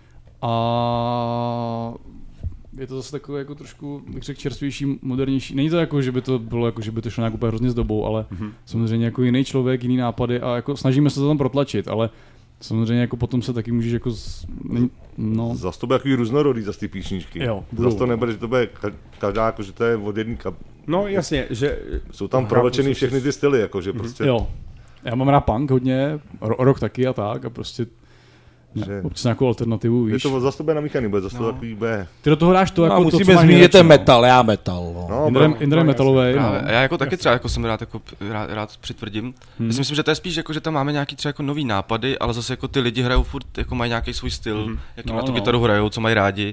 a je to zase takové jako trošku, bych řekl, čerstvější, modernější. Není to jako, že by to bylo jako, že by to šlo nějak úplně hrozně s dobou, ale samozřejmě jako jiný člověk, jiný nápady a jako snažíme se to tam protlačit, ale samozřejmě jako potom se taky můžeš jako Zas to bude takový různorodý za ty písničky. Jo, zas to nebude, že to bude každá, jako, že to je od jedné No jasně, že... Jsou tam provlečený všechny ty styly, jako, že prostě... Jo, já mám rád punk hodně, rock taky a tak a prostě... Občas nějakou alternativu, víš. Je to zase to bude namíchaný, bude zase to takový B. Ty do toho dáš to, jako musíme to, zmínit ten metal, já metal. Indra je metalovej. A já jako taky třeba jako jsem rád přitvrdím. Já si myslím, že to je spíš jako, že tam máme nějaký třeba jako nový nápady, ale zase jako ty lidi hrajou furt, jako mají nějaký svůj styl, jaký na tu kytaru hrajou, co mají rádi.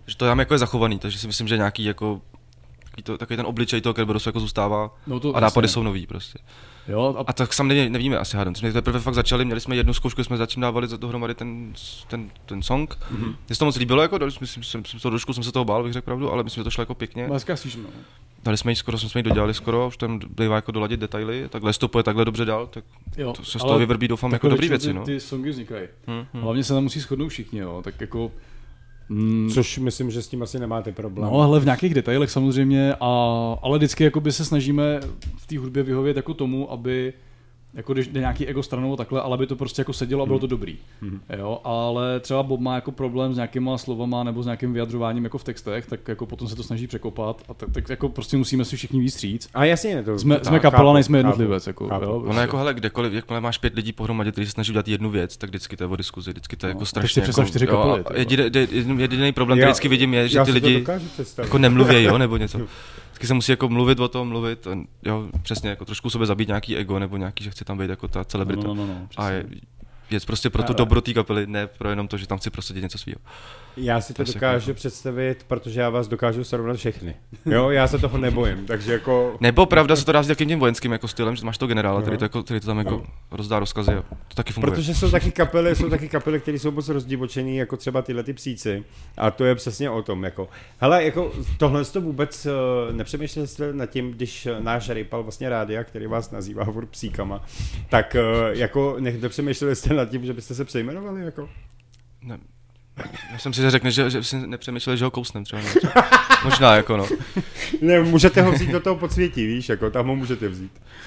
že to tam jako je zachovaný, takže si myslím, že nějaký jako takový ten obličej toho Kerberosu jako zůstává a nápady jsou nový prostě. Jo, a tak sam nevíme asi hádám. Jsme teprve fakt začali, měli jsme jednu zkoušku, jsme zatím dávali dohromady ten song. Mně se to moc líbilo, jako, jsem se toho bál, bych řekl pravdu, ale myslím, že to šlo jako pěkně. Dali jsme ji skoro, jsme ji dodělali skoro, už tam bývá jako doladit detaily, takhle stopuje takhle dobře dál, tak jo, to se z toho vyvrbí, doufám, jako dobrý věci. Ty songy vznikají. Hlavně se tam musí shodnout všichni, jo, tak jako... Což myslím, že s tím asi nemáte problém. No, ale v nějakých detailech samozřejmě, ale vždycky jakoby se snažíme v té hudbě vyhovět jako tomu, aby jako když jde nějaký ego stranou takhle, ale aby to prostě jako sedělo a bylo to dobrý. Jo, ale třeba Bob má jako problém s nějakýma slovama nebo s nějakým vyjadřováním jako v textech, tak jako potom se to snaží překopat a tak jako prostě musíme si všichni víc říct. A jasně, to jsme kapela, nejsme jednotlivec. Jako, jo, ono jako hele, kdekoliv, jakmile máš 5 lidí pohromadě, kteří se snaží udělat jednu věc, tak vždycky to je o diskuzi, vždycky to je jako strašně. Jako, 4 kapely. Jediný problém, který vždycky vidím, je, že ty lidi jako nemluví, jo, nebo něco. Vždycky se musí jako mluvit o tom, jo, přesně, jako trošku sobě zabít nějaký ego, nebo nějaký, že chci tam být jako ta celebrita. A je prostě pro tu dobro té kapely, ne pro jenom to, že tam chci prosadit něco svýho. Já si to dokážu představit, protože já vás dokážu srovnat všechny. Jo, já se toho nebojím, takže jako... Nebo pravda se to dá s takým tím vojenským jako stylem, že máš toho generála, který to tam jako rozdá rozkazy a to taky funguje. Protože jsou taky kapely, které jsou moc rozdivočený, jako třeba tyhle ty Psíci. A to je přesně o tom, jako... Hele, jako tohle to vůbec nepřemýšleli jste nad tím, když náš Rejpal vlastně rádia, který vás nazývá furt psíkama, tak jako nepřemýšleli jste nad tím, že byste se přejmenovali, jako? Ne. Já jsem si řekl, že si nepřemýšlel, že ho kousnem třeba. Možná jako no. Ne, můžete ho vzít do toho podsvětí, víš, jako tam ho můžete vzít.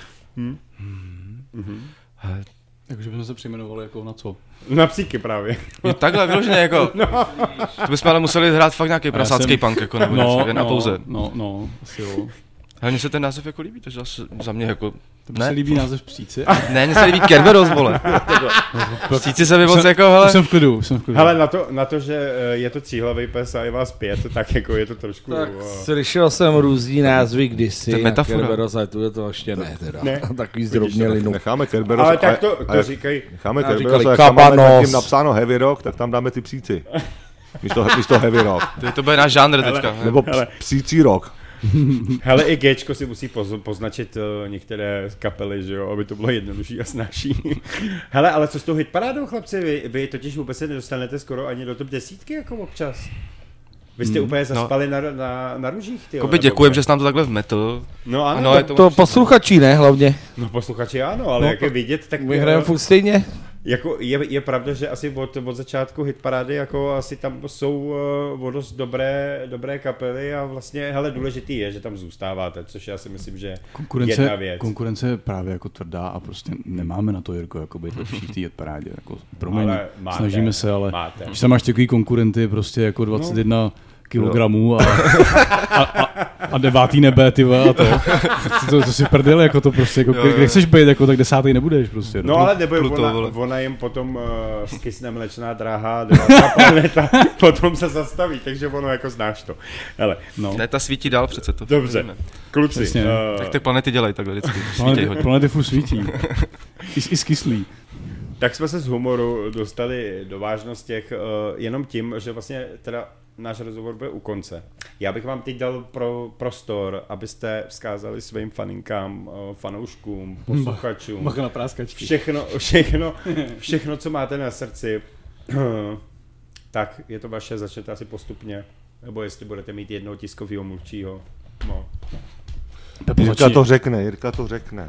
Takže bychom se přejmenovali jako na co? Na Psíky právě. Takhle vyloženě jako. No. To bychom ale museli hrát fakt nějaký prasácký punk jako nebo něco, jen na pouze. No, asi jo. Ale mně se ten název jako líbí, takže za mě jako... To se líbí název Psíci? Ne, mně se líbí Kerberos, vole. Psíci se mi moc jako, hele... Už jsem v klidu. Hele, na to, že je to tříhlavý pes a je vás 5, tak jako je to trošku... Tak slyšel jsem různý názvy kdysi na Kerberos, ale to ještě ne teda. Ne. Takový zdrobnělinu. Necháme Kerberos, ale tak to říkají... Necháme Kerberos a jak tam máme nad tím napsáno heavy rock, tak tam dáme ty Psíci. Místo heavy rock. To bude náš žánr teďka. Nebo psící rock. Hele, i Gčko si musí poznačit některé kapely, že jo, aby to bylo jednodušší a snazší. Hele, ale co s tou hitparádou, chlapci, vy totiž vůbec se nedostanete skoro ani do top 10 jako občas. Vy jste úplně zaspali na růžích, ty. Jakoby děkujem, že jste nám to takhle vmetl. No ano. No, to posluchači, ne, hlavně. No posluchači ano, ale jak je vidět, tak... My hrajeme furt stejně. Jako je pravda, že asi od začátku hitparády jako asi tam jsou dost dobré kapely a vlastně, hele, důležitý je, že tam zůstáváte, což já si myslím, že jedna věc. Konkurence je právě jako tvrdá a prostě nemáme na to, Jirko, jako být lepší v té hitparádě. Jako, promiň, snažíme se, ale když tam máš takový konkurenty prostě jako 21 kilogramů a 9. nebe, ty a to si prdel, jako to prostě, jako, kde chceš být, jako, tak 10. nebudeš prostě. No ale nebo ona jim potom skysne mlečná dráha, 9. planeta, potom se zastaví, takže ono jako znáš to. Hele, ne, ta svítí dál přece to. Dobře, kluci. Tak ty planety dělají takhle vždycky. Planety furt svítí. I skyslí. Tak jsme se z humoru dostali do vážnosti jenom tím, že vlastně teda náš rozhovor bude u konce. Já bych vám teď dal prostor, abyste vzkázali svým faninkám, fanouškům, posluchačům. Na práskačky. Všechno, co máte na srdci. Tak, je to vaše, začnete asi postupně. Nebo jestli budete mít jednoho tiskového mluvčího. No. Jirka to řekne.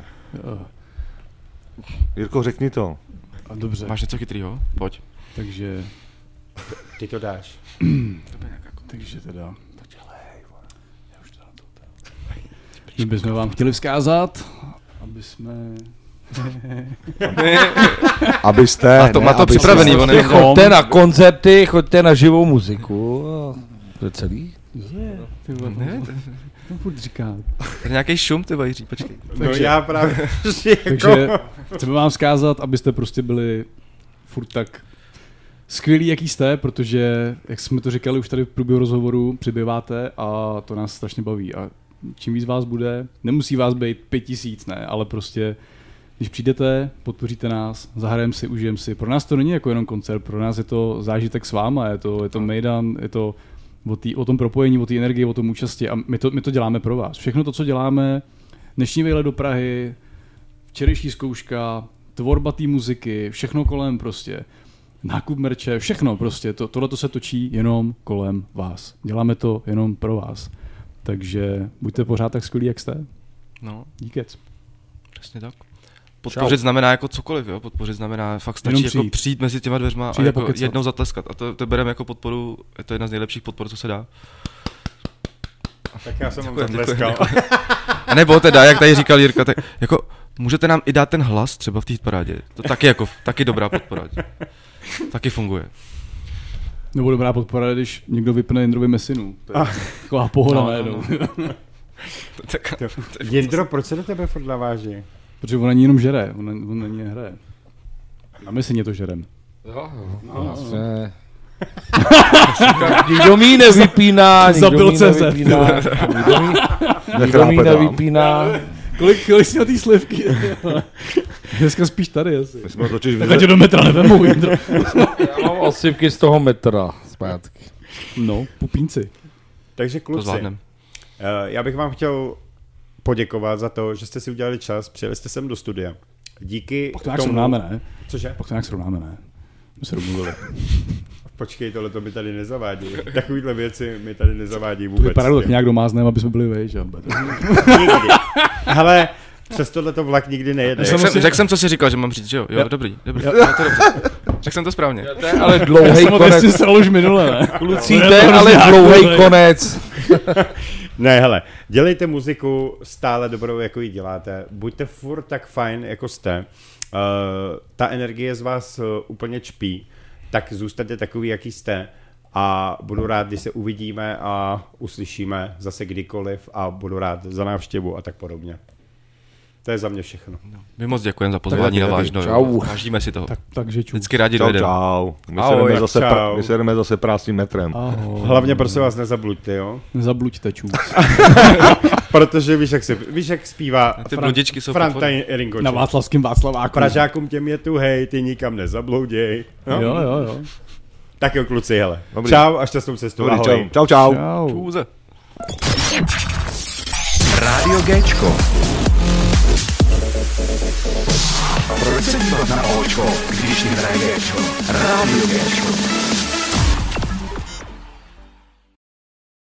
Jirko, řekni to. A dobře. Máš něco chytrýho? Pojď. Takže... Ty to dáš. Takže teda... My bychom vám chtěli vzkázat, aby jsme... Abyste... Má to připravený. Choďte na koncerty, choďte na živou muziku. To je celý? To furt říká. To je nějaký šum, ty Jiří, počkej. No já právě... Takže chceme vám vzkázat, abyste prostě byli furt tak skvělí, jaký jste, protože, jak jsme to říkali už tady v průběhu rozhovoru, přibýváte a to nás strašně baví. A čím víc vás bude, nemusí vás být 5000, ne, ale prostě, když přijdete, podpoříte nás, zahrajeme si, užijeme si. Pro nás to není jako jenom koncert, pro nás je to zážitek s váma, je to mejdan, je to o tom propojení, o té energii, o tom účasti a my to děláme pro vás. Všechno to, co děláme, dnešní výlet do Prahy, včerejší zkouška, tvorba té muziky, všechno kolem prostě, nákup merče, všechno prostě, tohleto se točí jenom kolem vás. Děláme to jenom pro vás. Takže buďte pořád tak skvělí, jak jste. No. Díkec. Přesně tak. Podpořit znamená jako cokoliv, jo? Podpořit znamená fakt stačí jako přijít mezi těma dveřma a jako jednou zatleskat. A to bereme jako podporu, je to jedna z nejlepších podpor, co se dá. Tak já jsem vám zatleskal. A nebo teda, jak tady říkal Jirka, tak jako můžete nám i dát ten hlas třeba v té parádě. To taky dobrá podpora. Taky funguje. Nebo dobrá podpora, když někdo vypne Jindrovi mesinu. To je taková pohoda najednou. Jindro, proč se do tebe furt naváží? Protože on není jenom žere, on není hraje. Na mesině to žerem. Jo. Nikdo mi nevypíná, Zabil CZ. Nikdo mi nevypíná. Kolik jsi na té slivky? Dneska spíš tady asi. Tak tě do metra nevemou, Jindro. Já mám osivky z toho metra zpátky. No, pupínci. Takže kluci, já bych vám chtěl poděkovat za to, že jste si udělali čas, přijeli jste sem do studia. Díky tomu... Pak to srovnáme, ne? Cože? Pak to nějak srovnáme, ne? My se domluvili. Počkej, tohle to mi tady nezavádí. Takovýhle věci mi tady nezavádí vůbec. To vypadalo tak nějak domáznem, aby jsme byli vej, že? Nikdy. Hele, přes tohleto vlak nikdy nejede. Řekl jsem, co jsi říkal, že mám říct, že jo? Jo, dobrý. To dobře. Řekl jsem to správně. To je ale dlouhý konec. Já jsem už minule, ne? Kluci, to je ale dlouhý konec. Ne, hele, dělejte muziku stále dobrou, jako ji děláte. Buďte furt tak fajn, jako jste. Ta energie z vás úplně čpí. Tak zůstaňte takový, jaký jste a budu rád, když se uvidíme a uslyšíme zase kdykoliv a budu rád za návštěvu a tak podobně. To je za mě všechno. My moc děkujeme za pozvání na vážno. Čau. Vážíme si toho. Takže čau. Vždycky rádi dojdeme. Čau. My se jdeme zase prázdným metrem. Ahoj. Hlavně prosím vás nezabluďte, jo? Nezabluďte, čus. Protože víš, jak zpívá ty bludičky jsou Franta Ringoček. Na Václavském Václaváku. Pražákům těm je tu hej, ty nikam nezablouděj. No? Jo. Tak jo, kluci, hele. Dobrý. Čau a šťastnou cestu. Dobrý, Ahoj. čau. Čůze. Rádio Géčko. Proč se dívat na Očko, když jim hraje Géčko? Rádio Géčko.